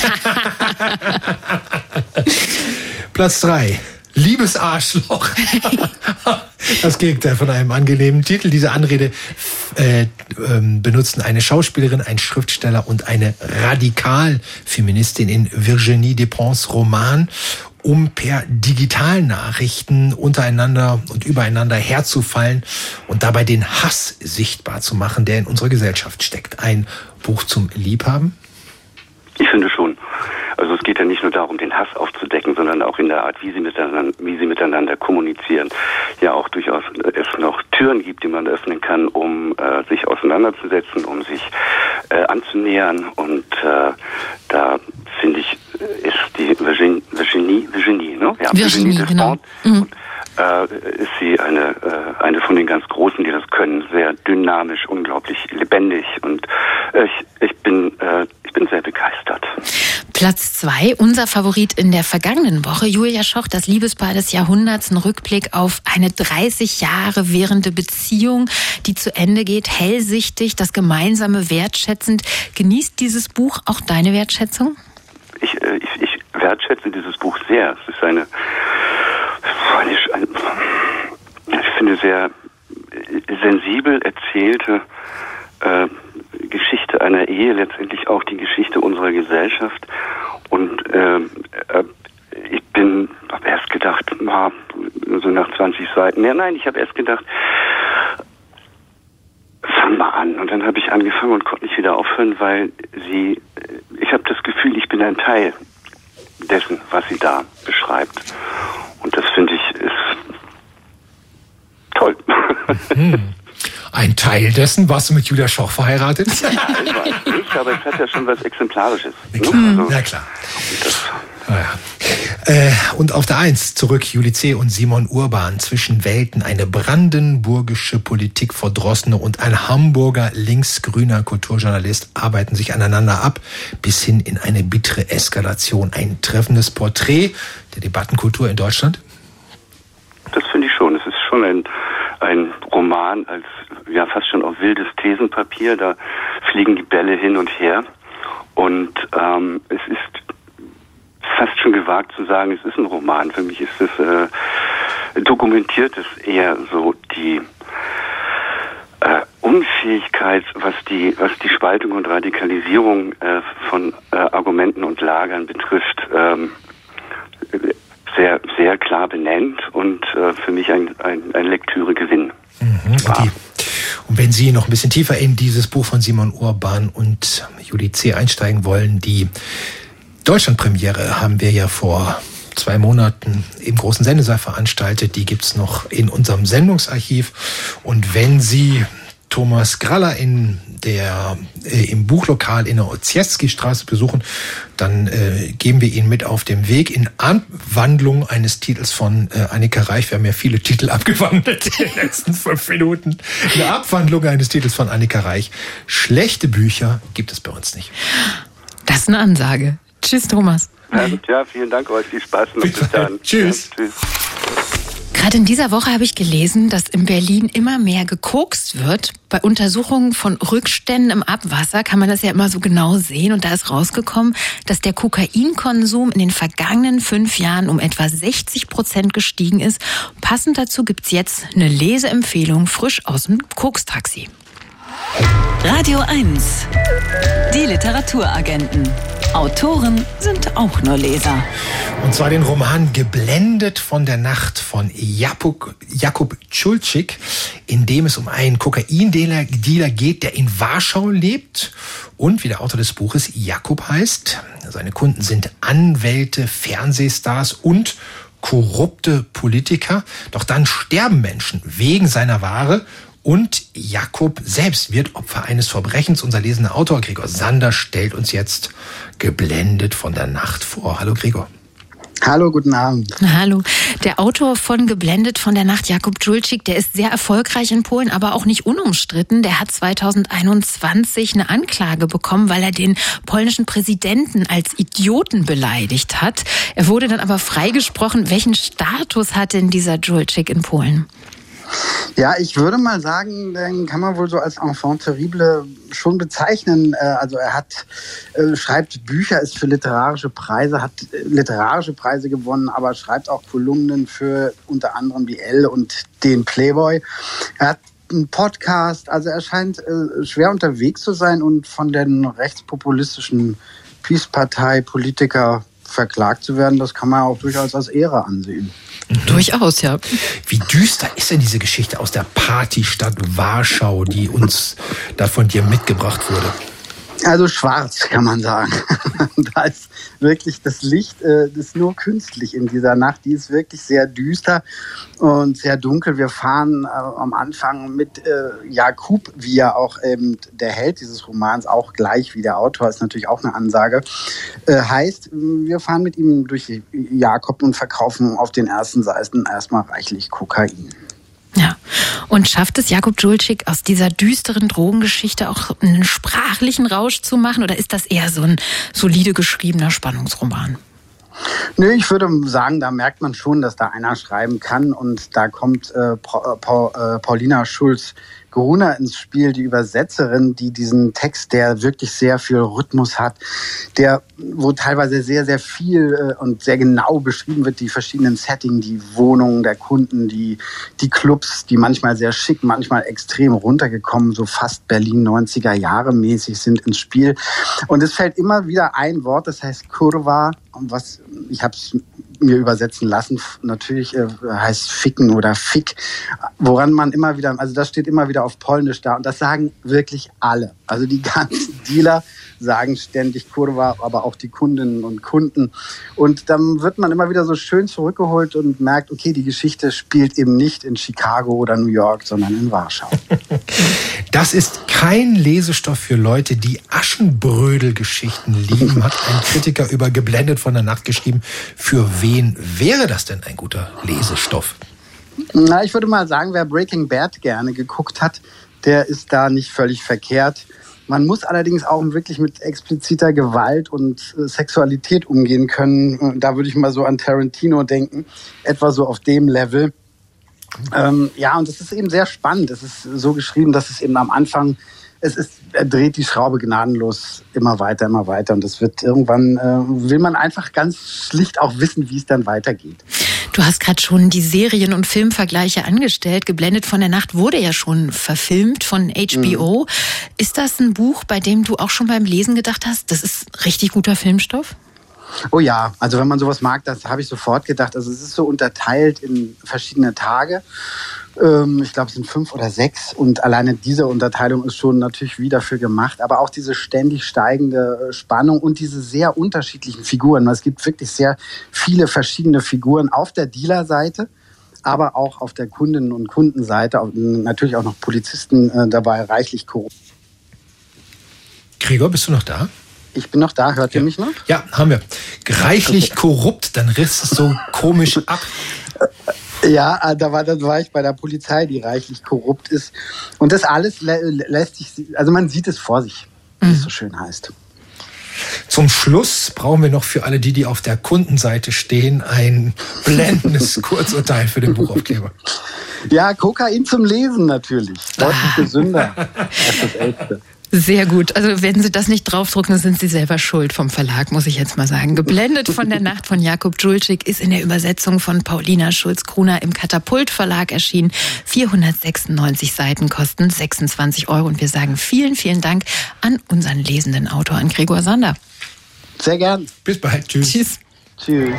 Platz drei. Liebes Arschloch. Das Gegenteil von einem angenehmen Titel. Diese Anrede äh, äh, benutzten eine Schauspielerin, ein Schriftsteller und eine Radikalfeministin in Virginie Despentes Roman, um per Digitalnachrichten untereinander und übereinander herzufallen und dabei den Hass sichtbar zu machen, der in unserer Gesellschaft steckt. Ein Buch zum Liebhaben? Ich finde schon. Also es geht ja nicht nur darum, den Hass aufzudecken, sondern auch in der Art, wie sie miteinander, wie sie miteinander kommunizieren. Ja, auch durchaus es noch Türen gibt, die man öffnen kann, um äh, sich auseinanderzusetzen, um sich äh, anzunähern. Und äh, da finde ich, ist die Virginie, Virginie, Virginie, ne? Ja, Virginie, Virginie genau. Mhm. Äh, ist sie eine äh, eine von den ganz Großen, die das können, sehr dynamisch, unglaublich lebendig und äh, ich ich bin äh, ich bin sehr begeistert. Platz zwei, unser Favorit in der vergangenen Woche, Julia Schoch, das Liebespaar des Jahrhunderts, ein Rückblick auf eine dreißig Jahre währende Beziehung, die zu Ende geht, hellsichtig, das Gemeinsame wertschätzend. Genießt dieses Buch auch deine Wertschätzung? Ich äh, ich, ich wertschätze dieses Buch sehr. Es ist eine ich finde, sehr sensibel erzählte äh, Geschichte einer Ehe, letztendlich auch die Geschichte unserer Gesellschaft. Und äh, äh, ich bin, habe erst gedacht, na, so nach zwanzig Seiten, ja, nein, ich habe erst gedacht, fang mal an. Und dann habe ich angefangen und konnte nicht wieder aufhören, weil sie, ich habe das Gefühl, ich bin ein Teil dessen, was sie da beschreibt. Und das finde ich ist toll. Hm. Ein Teil dessen, warst du mit Julia Schoch verheiratet? Ja, ich weiß nicht, aber es hat ja schon was Exemplarisches. Na klar. Ne? Also, Na klar. Ja. Äh, und auf der Eins zurück Juli C. und Simon Urban, zwischen Welten, eine brandenburgische Politikverdrossene und ein Hamburger linksgrüner Kulturjournalist arbeiten sich aneinander ab, bis hin in eine bittere Eskalation. Ein treffendes Porträt der Debattenkultur in Deutschland? Das finde ich schon. Es ist schon ein, ein Roman als ja fast schon auf wildes Thesenpapier. Da fliegen die Bälle hin und her. Und ähm, es ist fast schon gewagt zu sagen, es ist ein Roman. Für mich ist es äh, dokumentiert es eher so die äh, um Unfähigkeit, was die, was die Spaltung und Radikalisierung äh, von äh, Argumenten und Lagern betrifft, ähm, sehr, sehr klar benennt und äh, für mich ein, ein, ein Lektüregewinn mhm, war. Die, und wenn Sie noch ein bisschen tiefer in dieses Buch von Simon Urban und Julie C. einsteigen wollen, die Deutschlandpremiere haben wir ja vor zwei Monaten im großen Sendesaal veranstaltet. Die gibt's noch in unserem Sendungsarchiv. Und wenn Sie Thomas Graller in der, äh, im Buchlokal in der Oziewski-Straße besuchen, dann äh, geben wir Ihnen mit auf dem Weg in Abwandlung eines Titels von äh, Annika Reich. Wir haben ja viele Titel abgewandelt in den letzten fünf Minuten. Eine Abwandlung eines Titels von Annika Reich. Schlechte Bücher gibt es bei uns nicht. Das ist eine Ansage. Tschüss, Thomas. Ja, vielen Dank euch. Viel Spaß noch. Bis dann. Tschüss. Ja, tschüss. Gerade in dieser Woche habe ich gelesen, dass in Berlin immer mehr gekokst wird. Bei Untersuchungen von Rückständen im Abwasser kann man das ja immer so genau sehen. Und da ist rausgekommen, dass der Kokainkonsum in den vergangenen fünf Jahren um etwa sechzig Prozent gestiegen ist. Passend dazu gibt's jetzt eine Leseempfehlung frisch aus dem Kokstaxi. Radio eins. Die Literaturagenten. Autoren sind auch nur Leser. Und zwar den Roman Geblendet von der Nacht von Jakub, Jakub Čulčík, in dem es um einen Kokaindealer Dealer geht, der in Warschau lebt und, wie der Autor des Buches Jakub heißt, seine Kunden sind Anwälte, Fernsehstars und korrupte Politiker. Doch dann sterben Menschen wegen seiner Ware. Und Jakub selbst wird Opfer eines Verbrechens. Unser lesender Autor Gregor Sander stellt uns jetzt Geblendet von der Nacht vor. Hallo Gregor. Hallo, guten Abend. Hallo. Der Autor von Geblendet von der Nacht, Jakub Čulčík, der ist sehr erfolgreich in Polen, aber auch nicht unumstritten. Der hat zweitausendeinundzwanzig eine Anklage bekommen, weil er den polnischen Präsidenten als Idioten beleidigt hat. Er wurde dann aber freigesprochen. Welchen Status hat denn dieser Čulčík in Polen? Ja, ich würde mal sagen, den kann man wohl so als Enfant terrible schon bezeichnen. Also er hat, schreibt Bücher, ist für literarische Preise, hat literarische Preise gewonnen, aber schreibt auch Kolumnen für unter anderem die Elle und den Playboy. Er hat einen Podcast, also er scheint schwer unterwegs zu sein und von den rechtspopulistischen Peace-Partei Politiker verklagt zu werden, das kann man auch durchaus als Ehre ansehen. Mhm. Durchaus, ja. Wie düster ist denn diese Geschichte aus der Partystadt Warschau, die uns da von dir mitgebracht wurde? Also schwarz, kann man sagen. Da ist wirklich das Licht, äh, das ist nur künstlich in dieser Nacht. Die ist wirklich sehr düster und sehr dunkel. Wir fahren äh, am Anfang mit äh, Jakub, wie ja auch ähm, der Held dieses Romans, auch gleich wie der Autor, ist natürlich auch eine Ansage. Äh, heißt, wir fahren mit ihm durch Jakob und verkaufen auf den ersten Seiten erstmal reichlich Kokain. Ja, und schafft es Jakub Čulčík aus dieser düsteren Drogengeschichte auch einen sprachlichen Rausch zu machen, oder ist das eher so ein solide geschriebener Spannungsroman? Nö, ich würde sagen, da merkt man schon, dass da einer schreiben kann, und da kommt äh, pa- pa- äh, Paulina Schulz-Gruner ins Spiel, die Übersetzerin, die diesen Text, der wirklich sehr viel Rhythmus hat, der, wo teilweise sehr, sehr viel äh, und sehr genau beschrieben wird, die verschiedenen Settings, die Wohnungen der Kunden, die, die Clubs, die manchmal sehr schick, manchmal extrem runtergekommen, so fast Berlin neunziger Jahre mäßig sind ins Spiel. Und es fällt immer wieder ein Wort, das heißt Kurva, was ich habe es mir übersetzen lassen, natürlich äh, heißt Ficken oder Fick, woran man immer wieder, also das steht immer wieder auf Polnisch da, und das sagen wirklich alle. Also die ganzen Dealer sagen ständig Kurva, aber auch die Kundinnen und Kunden. Und dann wird man immer wieder so schön zurückgeholt und merkt, okay, die Geschichte spielt eben nicht in Chicago oder New York, sondern in Warschau. Das ist kein Lesestoff für Leute, die Aschenbrödel-Geschichten lieben, hat ein Kritiker über Geblendet von der Nacht geschrieben. Für wen wäre das denn ein guter Lesestoff? Na, ich würde mal sagen, wer Breaking Bad gerne geguckt hat, der ist da nicht völlig verkehrt. Man muss allerdings auch wirklich mit expliziter Gewalt und äh, Sexualität umgehen können. Da würde ich mal so an Tarantino denken, etwa so auf dem Level. Ähm, ja, und es ist eben sehr spannend. Es ist so geschrieben, dass es eben am Anfang, es ist, er dreht die Schraube gnadenlos immer weiter, immer weiter. Und es wird irgendwann, äh, will man einfach ganz schlicht auch wissen, wie es dann weitergeht. Du hast gerade schon die Serien- und Filmvergleiche angestellt. Geblendet von der Nacht wurde ja schon verfilmt von H B O. Mhm. Ist das ein Buch, bei dem du auch schon beim Lesen gedacht hast, das ist richtig guter Filmstoff? Oh ja, also wenn man sowas mag, das habe ich sofort gedacht. Also es ist so unterteilt in verschiedene Tage. Ich glaube, es sind fünf oder sechs und alleine diese Unterteilung ist schon natürlich wie dafür gemacht. Aber auch diese ständig steigende Spannung und diese sehr unterschiedlichen Figuren. Es gibt wirklich sehr viele verschiedene Figuren auf der Dealer-Seite, aber auch auf der Kundinnen- und Kundenseite. Natürlich auch noch Polizisten äh, dabei, reichlich korrupt. Gregor, bist du noch da? Ich bin noch da, hört ja. ihr mich noch? Ja, haben wir. Reichlich okay. korrupt, dann riss es so komisch ab. Ja, da war, da war ich bei der Polizei, die reichlich korrupt ist. Und das alles lä- lässt sich, also man sieht es vor sich, wie mhm. es so schön heißt. Zum Schluss brauchen wir noch für alle die, die auf der Kundenseite stehen, ein blendendes Kurzurteil für den Buchaufkleber. Ja, Kokain zum Lesen natürlich. Deutlich gesünder als das Älteste. Sehr gut. Also wenn Sie das nicht draufdrucken, sind Sie selber schuld vom Verlag, muss ich jetzt mal sagen. Geblendet von der Nacht von Jakub Dżulczyk ist in der Übersetzung von Paulina Schulz-Gruner im Katapult Verlag erschienen. vierhundertsechsundneunzig Seiten kosten sechsundzwanzig Euro. Und wir sagen vielen, vielen Dank an unseren lesenden Autor, an Gregor Sander. Sehr gern. Bis bald. Tschüss. Tschüss. Tschüss.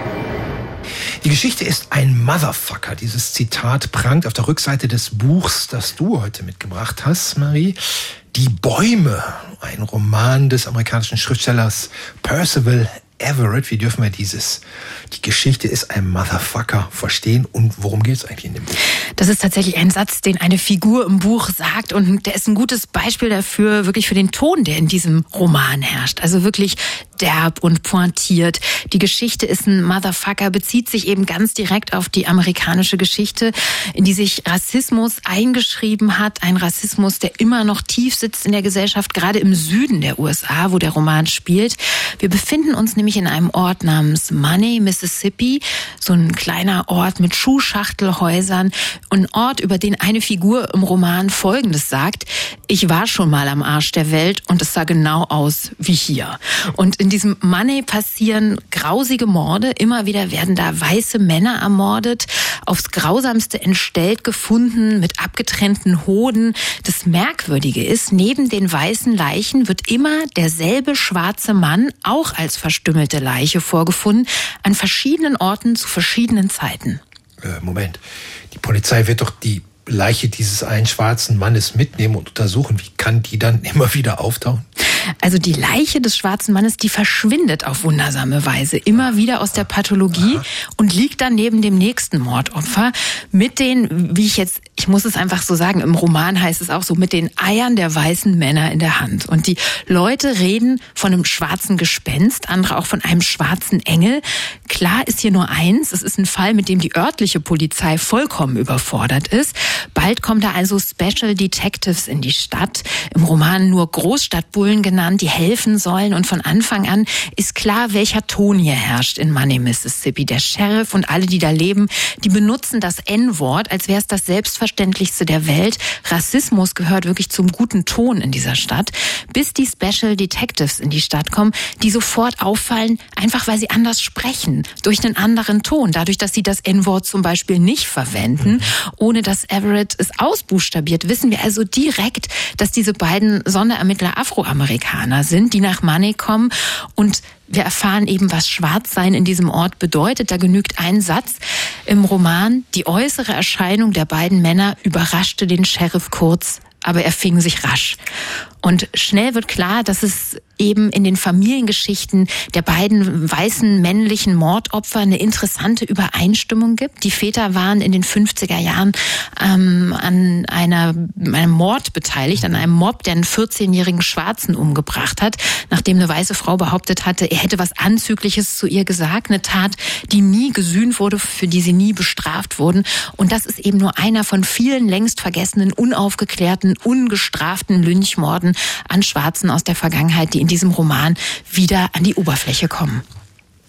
Die Geschichte ist ein Motherfucker. Dieses Zitat prangt auf der Rückseite des Buchs, das du heute mitgebracht hast, Marie. Die Bäume, ein Roman des amerikanischen Schriftstellers Percival Everett. Wie dürfen wir dieses, die Geschichte ist ein Motherfucker, verstehen? Und worum geht es eigentlich in dem Buch? Das ist tatsächlich ein Satz, den eine Figur im Buch sagt. Und der ist ein gutes Beispiel dafür, wirklich für den Ton, der in diesem Roman herrscht. Also wirklich derb und pointiert. Die Geschichte ist ein Motherfucker, bezieht sich eben ganz direkt auf die amerikanische Geschichte, in die sich Rassismus eingeschrieben hat. Ein Rassismus, der immer noch tief sitzt in der Gesellschaft, gerade im Süden der U S A, wo der Roman spielt. Wir befinden uns nämlich in einem Ort namens Money, Mississippi. So ein kleiner Ort mit Schuhschachtelhäusern. Ein Ort, über den eine Figur im Roman Folgendes sagt: Ich war schon mal am Arsch der Welt und es sah genau aus wie hier. Und in diesem Money passieren grausige Morde. Immer wieder werden da weiße Männer ermordet, aufs Grausamste entstellt gefunden, mit abgetrennten Hoden. Das Merkwürdige ist, neben den weißen Leichen wird immer derselbe schwarze Mann, auch als verstümmelte Leiche, vorgefunden, an verschiedenen Orten zu verschiedenen Zeiten. Äh, Moment, die Polizei wird doch die Leiche dieses einen schwarzen Mannes mitnehmen und untersuchen. Wie kann die dann immer wieder auftauchen? Also die Leiche des schwarzen Mannes, die verschwindet auf wundersame Weise immer wieder aus der Pathologie Aha. und liegt dann neben dem nächsten Mordopfer mit den, wie ich jetzt, ich muss es einfach so sagen, im Roman heißt es auch so, mit den Eiern der weißen Männer in der Hand. Und die Leute reden von einem schwarzen Gespenst, andere auch von einem schwarzen Engel. Klar ist hier nur eins, es ist ein Fall, mit dem die örtliche Polizei vollkommen überfordert ist. Bald kommen da also Special Detectives in die Stadt, im Roman nur Großstadtbullen genannt, die helfen sollen. Und von Anfang an ist klar, welcher Ton hier herrscht in Money, Mississippi. Der Sheriff und alle, die da leben, die benutzen das En-Wort, als wäre es das Selbstverständlichste der Welt. Rassismus gehört wirklich zum guten Ton in dieser Stadt, bis die Special Detectives in die Stadt kommen, die sofort auffallen, einfach weil sie anders sprechen, durch einen anderen Ton, dadurch, dass sie das En-Wort zum Beispiel nicht verwenden, ohne dass Everett es ausbuchstabiert, wissen wir also direkt, dass diese beiden Sonderermittler Afroamerikaner sind, die nach Money kommen. Und wir erfahren eben, was Schwarzsein in diesem Ort bedeutet. Da genügt ein Satz im Roman: Die äußere Erscheinung der beiden Männer überraschte den Sheriff kurz, aber er fing sich rasch. Und schnell wird klar, dass es eben in den Familiengeschichten der beiden weißen männlichen Mordopfer eine interessante Übereinstimmung gibt. Die Väter waren in den fünfziger Jahren ähm, an einer, einem Mord beteiligt, an einem Mob, der einen vierzehnjährigen Schwarzen umgebracht hat, nachdem eine weiße Frau behauptet hatte, er hätte was Anzügliches zu ihr gesagt. Eine Tat, die nie gesühnt wurde, für die sie nie bestraft wurden. Und das ist eben nur einer von vielen längst vergessenen, unaufgeklärten, ungestraften Lynchmorden an Schwarzen aus der Vergangenheit, die in diesem Roman wieder an die Oberfläche kommen.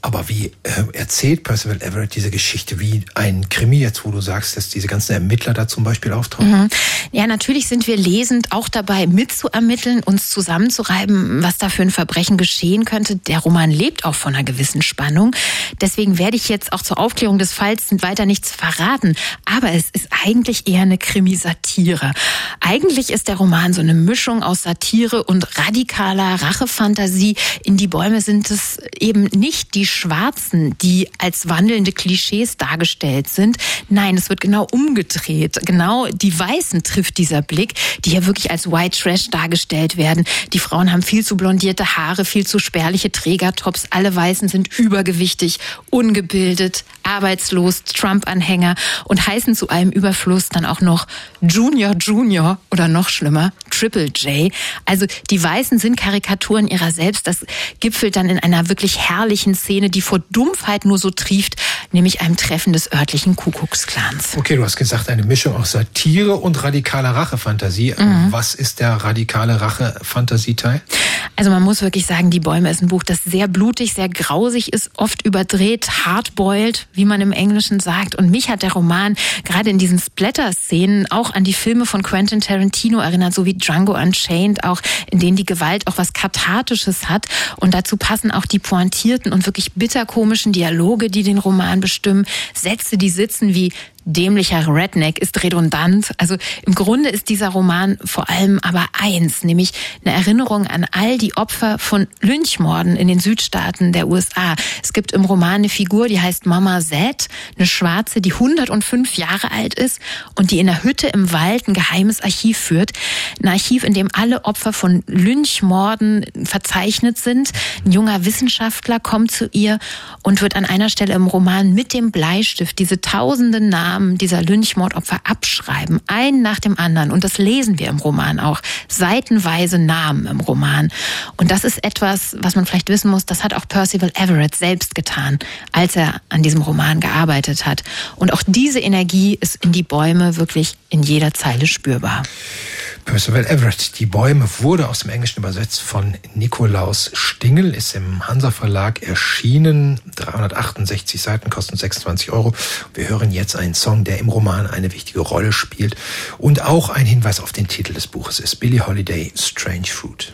Aber wie äh, erzählt Percival Everett diese Geschichte wie ein Krimi, jetzt wo du sagst, dass diese ganzen Ermittler da zum Beispiel auftauchen? Mhm. Ja, natürlich sind wir lesend auch dabei, mitzuermitteln, uns zusammenzureiben, was da für ein Verbrechen geschehen könnte. Der Roman lebt auch von einer gewissen Spannung. Deswegen werde ich jetzt auch zur Aufklärung des Falls weiter nichts verraten. Aber es ist eigentlich eher eine Krimisatire. Eigentlich ist der Roman so eine Mischung aus Satire und radikaler Rachefantasie. In Die Bäume sind es eben nicht die Schwarzen, die als wandelnde Klischees dargestellt sind. Nein, es wird genau umgedreht. Genau die Weißen trifft dieser Blick, die hier wirklich als White Trash dargestellt werden. Die Frauen haben viel zu blondierte Haare, viel zu spärliche Trägertops. Alle Weißen sind übergewichtig, ungebildet, arbeitslos, Trump-Anhänger und heißen zu allem Überfluss dann auch noch Junior Junior oder noch schlimmer, Triple J. Also die Weißen sind Karikaturen ihrer selbst. Das gipfelt dann in einer wirklich herrlichen Szene, die vor Dumpfheit nur so trieft, nämlich einem Treffen des örtlichen Kuckucksklans. Okay, du hast gesagt, eine Mischung aus Satire und radikaler Rachefantasie. Mhm. Was ist der radikale Rachefantasieteil? Also man muss wirklich sagen, Die Bäume ist ein Buch, das sehr blutig, sehr grausig ist, oft überdreht, hardboiled, wie man im Englischen sagt. Und mich hat der Roman gerade in diesen Splatter-Szenen auch an die Filme von Quentin Tarantino erinnert, so wie Django Unchained, auch in denen die Gewalt auch was Kathartisches hat. Und dazu passen auch die pointierten und wirklich bitterkomischen Dialoge, die den Roman bestimmen. Sätze, die sitzen wie dämlicher Redneck ist redundant. Also im Grunde ist dieser Roman vor allem aber eins, nämlich eine Erinnerung an all die Opfer von Lynchmorden in den Südstaaten der U S A. Es gibt im Roman eine Figur, die heißt Mama Z, eine Schwarze, die hundertfünf Jahre alt ist und die in einer Hütte im Wald ein geheimes Archiv führt. Ein Archiv, in dem alle Opfer von Lynchmorden verzeichnet sind. Ein junger Wissenschaftler kommt zu ihr und wird an einer Stelle im Roman mit dem Bleistift diese tausenden Namen dieser Lynchmordopfer abschreiben, einen nach dem anderen. Und das lesen wir im Roman auch. Seitenweise Namen im Roman. Und das ist etwas, was man vielleicht wissen muss, das hat auch Percival Everett selbst getan, als er an diesem Roman gearbeitet hat. Und auch diese Energie ist in Die Bäume wirklich in jeder Zeile spürbar. Percival Everett, Die Bäume, wurde aus dem Englischen übersetzt von Nikolaus Stingel, ist im Hansa Verlag erschienen, dreihundertachtundsechzig Seiten, kosten sechsundzwanzig Euro. Wir hören jetzt einen Song, der im Roman eine wichtige Rolle spielt und auch ein Hinweis auf den Titel des Buches ist. Billie Holiday, Strange Fruit.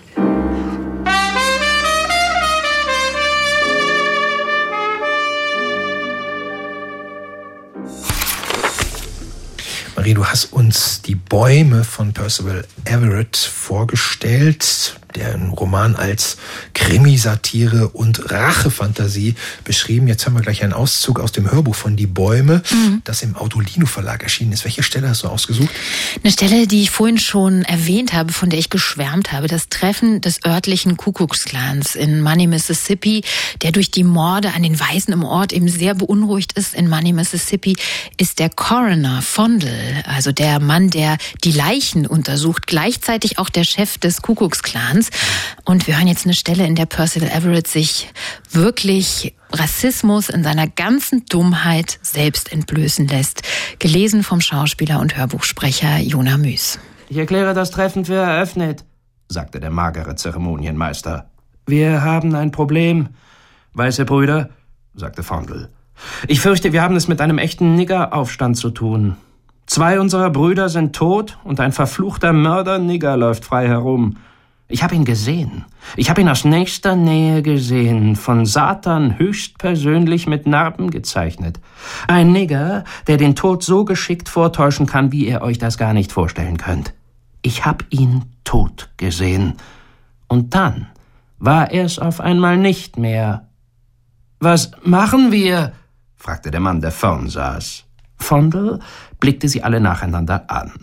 Marie, du hast uns Die Bäume von Percival Everett vorgestellt, der Roman als Krimisatire und Rachefantasie beschrieben. Jetzt haben wir gleich einen Auszug aus dem Hörbuch von Die Bäume, mhm. das im Audolino Verlag erschienen ist. Welche Stelle hast du ausgesucht? Eine Stelle, die ich vorhin schon erwähnt habe, von der ich geschwärmt habe. Das Treffen des örtlichen Kuckucksklans in Money, Mississippi, der durch die Morde an den Weißen im Ort eben sehr beunruhigt ist. In Money, Mississippi ist der Coroner Fondle, also der Mann, der die Leichen untersucht, gleichzeitig auch der Chef des Kuckucksklans. Und wir hören jetzt eine Stelle, in der Percival Everett sich wirklich Rassismus in seiner ganzen Dummheit selbst entblößen lässt. Gelesen vom Schauspieler und Hörbuchsprecher Jona Müs. Ich erkläre das Treffen für eröffnet, sagte der magere Zeremonienmeister. Wir haben ein Problem, weiße Brüder, sagte Fondle. Ich fürchte, wir haben es mit einem echten Niggeraufstand zu tun. Zwei unserer Brüder sind tot und ein verfluchter Mörder-Nigger läuft frei herum. Ich habe ihn gesehen. Ich habe ihn aus nächster Nähe gesehen, von Satan höchstpersönlich mit Narben gezeichnet. Ein Nigger, der den Tod so geschickt vortäuschen kann, wie ihr euch das gar nicht vorstellen könnt. Ich habe ihn tot gesehen. Und dann war er es auf einmal nicht mehr. »Was machen wir?« fragte der Mann, der vorn saß. Fondle blickte sie alle nacheinander an.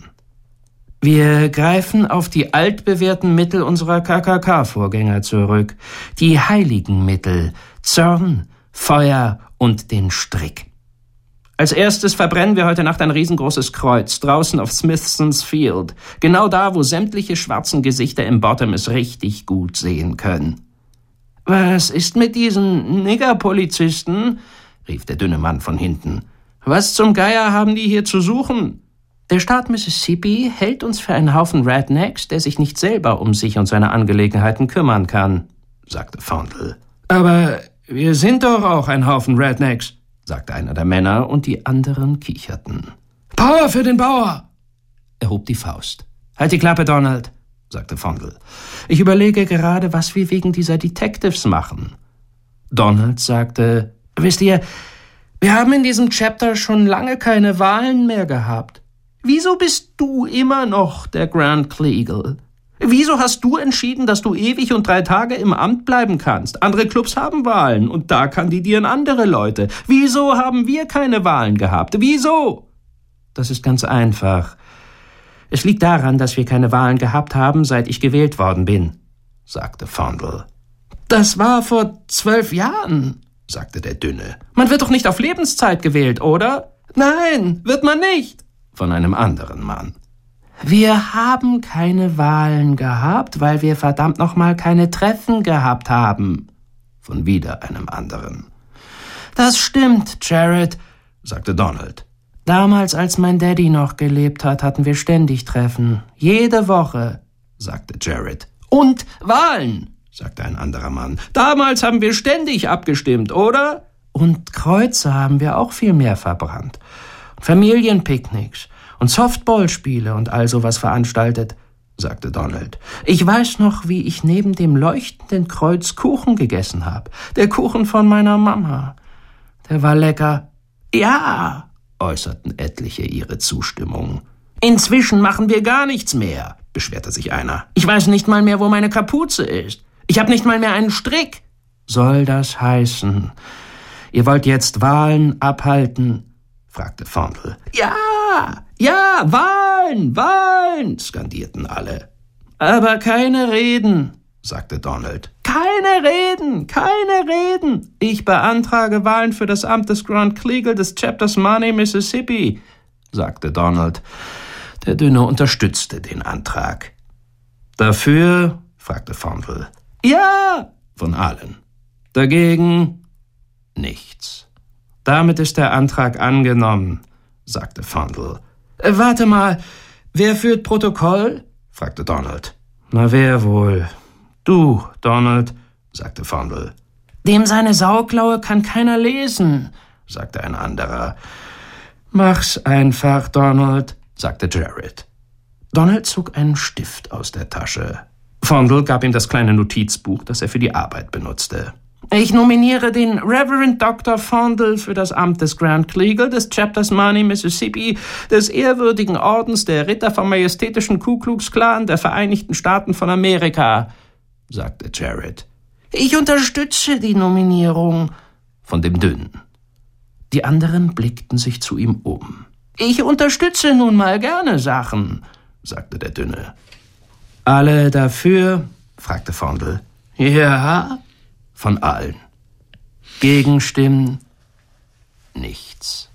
Wir greifen auf die altbewährten Mittel unserer K K K-Vorgänger zurück. Die heiligen Mittel, Zorn, Feuer und den Strick. Als erstes verbrennen wir heute Nacht ein riesengroßes Kreuz draußen auf Smithson's Field. Genau da, wo sämtliche schwarzen Gesichter im Bottom es richtig gut sehen können. »Was ist mit diesen Niggerpolizisten?« rief der dünne Mann von hinten. »Was zum Geier haben die hier zu suchen?« »Der Staat Mississippi hält uns für einen Haufen Rednecks, der sich nicht selber um sich und seine Angelegenheiten kümmern kann«, sagte Fondle. »Aber Wir sind doch auch ein Haufen Rednecks, sagte einer der Männer, und die anderen kicherten. Power für den Bauer! Er hob die Faust. Halt die Klappe, Donald, sagte Fondle. Ich überlege gerade, was wir wegen dieser Detectives machen. Donald sagte, wisst ihr, wir haben in diesem Chapter schon lange keine Wahlen mehr gehabt. Wieso bist du immer noch der Grand Kleagle? Wieso hast du entschieden, dass du ewig und drei Tage im Amt bleiben kannst? Andere Clubs haben Wahlen und da kandidieren andere Leute. Wieso haben wir keine Wahlen gehabt? Wieso? Das ist ganz einfach. Es liegt daran, dass wir keine Wahlen gehabt haben, seit ich gewählt worden bin, sagte Fondle. Das war vor zwölf Jahren, sagte der Dünne. Man wird doch nicht auf Lebenszeit gewählt, oder? Nein, wird man nicht, von einem anderen Mann. Wir haben keine Wahlen gehabt, weil wir verdammt nochmal keine Treffen gehabt haben, von wieder einem anderen. Das stimmt, Jared, sagte Donald. Damals, als mein Daddy noch gelebt hat, hatten wir ständig Treffen. Jede Woche, sagte Jared. Und Wahlen, sagte ein anderer Mann. Damals haben wir ständig abgestimmt, oder? Und Kreuze haben wir auch viel mehr verbrannt. Familienpicknicks und Softballspiele und all sowas veranstaltet, sagte Donald. Ich weiß noch, wie ich neben dem leuchtenden Kreuz Kuchen gegessen habe. Der Kuchen von meiner Mama. Der war lecker. Ja, äußerten etliche ihre Zustimmung. Inzwischen machen wir gar nichts mehr, beschwerte sich einer. Ich weiß nicht mal mehr, wo meine Kapuze ist. Ich habe nicht mal mehr einen Strick. Soll das heißen, ihr wollt jetzt Wahlen abhalten? Fragte Fondle. Ja, ja, Wahlen, Wahlen, skandierten alle. Aber keine Reden, sagte Donald. Keine Reden, keine Reden. Ich beantrage Wahlen für das Amt des Grand Kleagle des Chapters Money, Mississippi, sagte Donald. Der Dünne unterstützte den Antrag. Dafür, fragte Fondle. Ja, von allen. Dagegen nichts. Damit ist der Antrag angenommen, sagte Fondle. Äh, warte mal, wer führt Protokoll? Fragte Donald. Na, wer wohl? Du, Donald, sagte Fondle. Dem seine Sauklaue kann keiner lesen, sagte ein anderer. Mach's einfach, Donald, sagte Jared. Donald zog einen Stift aus der Tasche. Fondle gab ihm das kleine Notizbuch, das er für die Arbeit benutzte. Ich nominiere den Reverend Doktor Fondle für das Amt des Grand Kleagle des Chapters Money, Mississippi, des ehrwürdigen Ordens der Ritter vom majestätischen Ku Klux Klan der Vereinigten Staaten von Amerika, sagte Jared. Ich unterstütze die Nominierung, von dem Dünnen. Die anderen blickten sich zu ihm um. Ich unterstütze nun mal gerne Sachen, sagte der Dünne. Alle dafür? Fragte Fondle. Ja, von allen. Gegenstimmen? Nichts.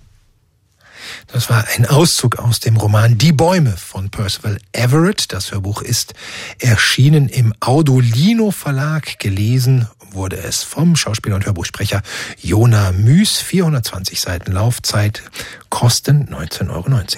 Das war ein Auszug aus dem Roman Die Bäume von Percival Everett. Das Hörbuch ist erschienen im Audolino Verlag. Gelesen wurde es vom Schauspieler und Hörbuchsprecher Jona Müs. vierhundertzwanzig Seiten Laufzeit, kosten neunzehn Euro neunzig.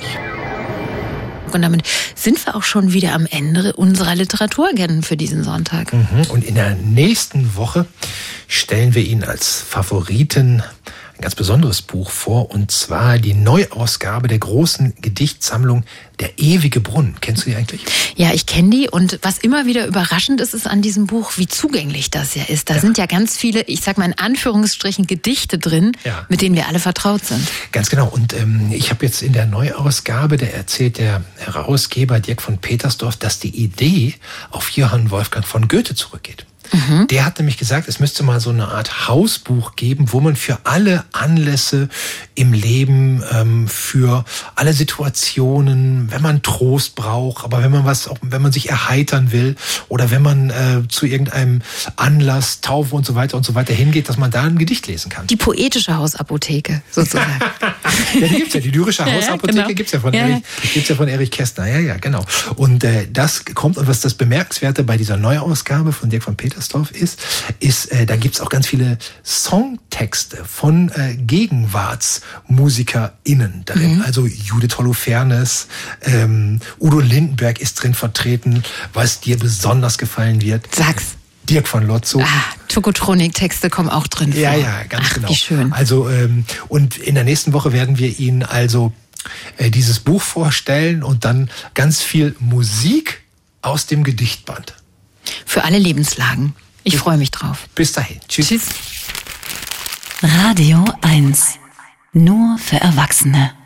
Und damit sind wir auch schon wieder am Ende unserer Literaturagenten für diesen Sonntag. Mhm. Und in der nächsten Woche stellen wir Ihnen als Favoriten ein ganz besonderes Buch vor, und zwar die Neuausgabe der großen Gedichtsammlung Der ewige Brunnen. Kennst du die eigentlich? Ja, ich kenne die, und was immer wieder überraschend ist, ist an diesem Buch, wie zugänglich das ja ist. Da ja. sind ja ganz viele, ich sag mal in Anführungsstrichen, Gedichte drin, ja. mit denen wir alle vertraut sind. Ganz genau. Und ähm, ich habe jetzt in der Neuausgabe, da erzählt der Herausgeber Dirk von Petersdorf, dass die Idee auf Johann Wolfgang von Goethe zurückgeht. Mhm. Der hat nämlich gesagt, es müsste mal so eine Art Hausbuch geben, wo man für alle Anlässe im Leben, ähm, für alle Situationen, wenn man Trost braucht, aber wenn man was, auch wenn man sich erheitern will oder wenn man äh, zu irgendeinem Anlass, Taufe und so weiter und so weiter hingeht, dass man da ein Gedicht lesen kann. Die poetische Hausapotheke sozusagen. Ja, die gibt's ja, die lyrische Hausapotheke ja, genau. gibt's ja von ja. Erich, gibt's ja von Erich Kästner. Ja, ja, genau. Und äh, das kommt, und was das Bemerkenswerte bei dieser Neuausgabe von Dirk von Petersdorf ist, ist, äh, da gibt's auch ganz viele Songtexte von äh, GegenwartsmusikerInnen darin. Mhm. Also Judith Holofernes, ähm, Udo Lindenberg ist drin vertreten, was dir besonders gefallen wird. Sag's. Dirk von Lotzo. Ah, Tokotronik-Texte kommen auch drin vor. Ja, ja, ganz Ach, genau. Wie schön. Also, ähm, und in der nächsten Woche werden wir Ihnen also äh, dieses Buch vorstellen und dann ganz viel Musik aus dem Gedichtband. Für alle Lebenslagen. Ich freue mich drauf. Bis dahin. Tschüss. Tschüss. Radio eins. Nur für Erwachsene.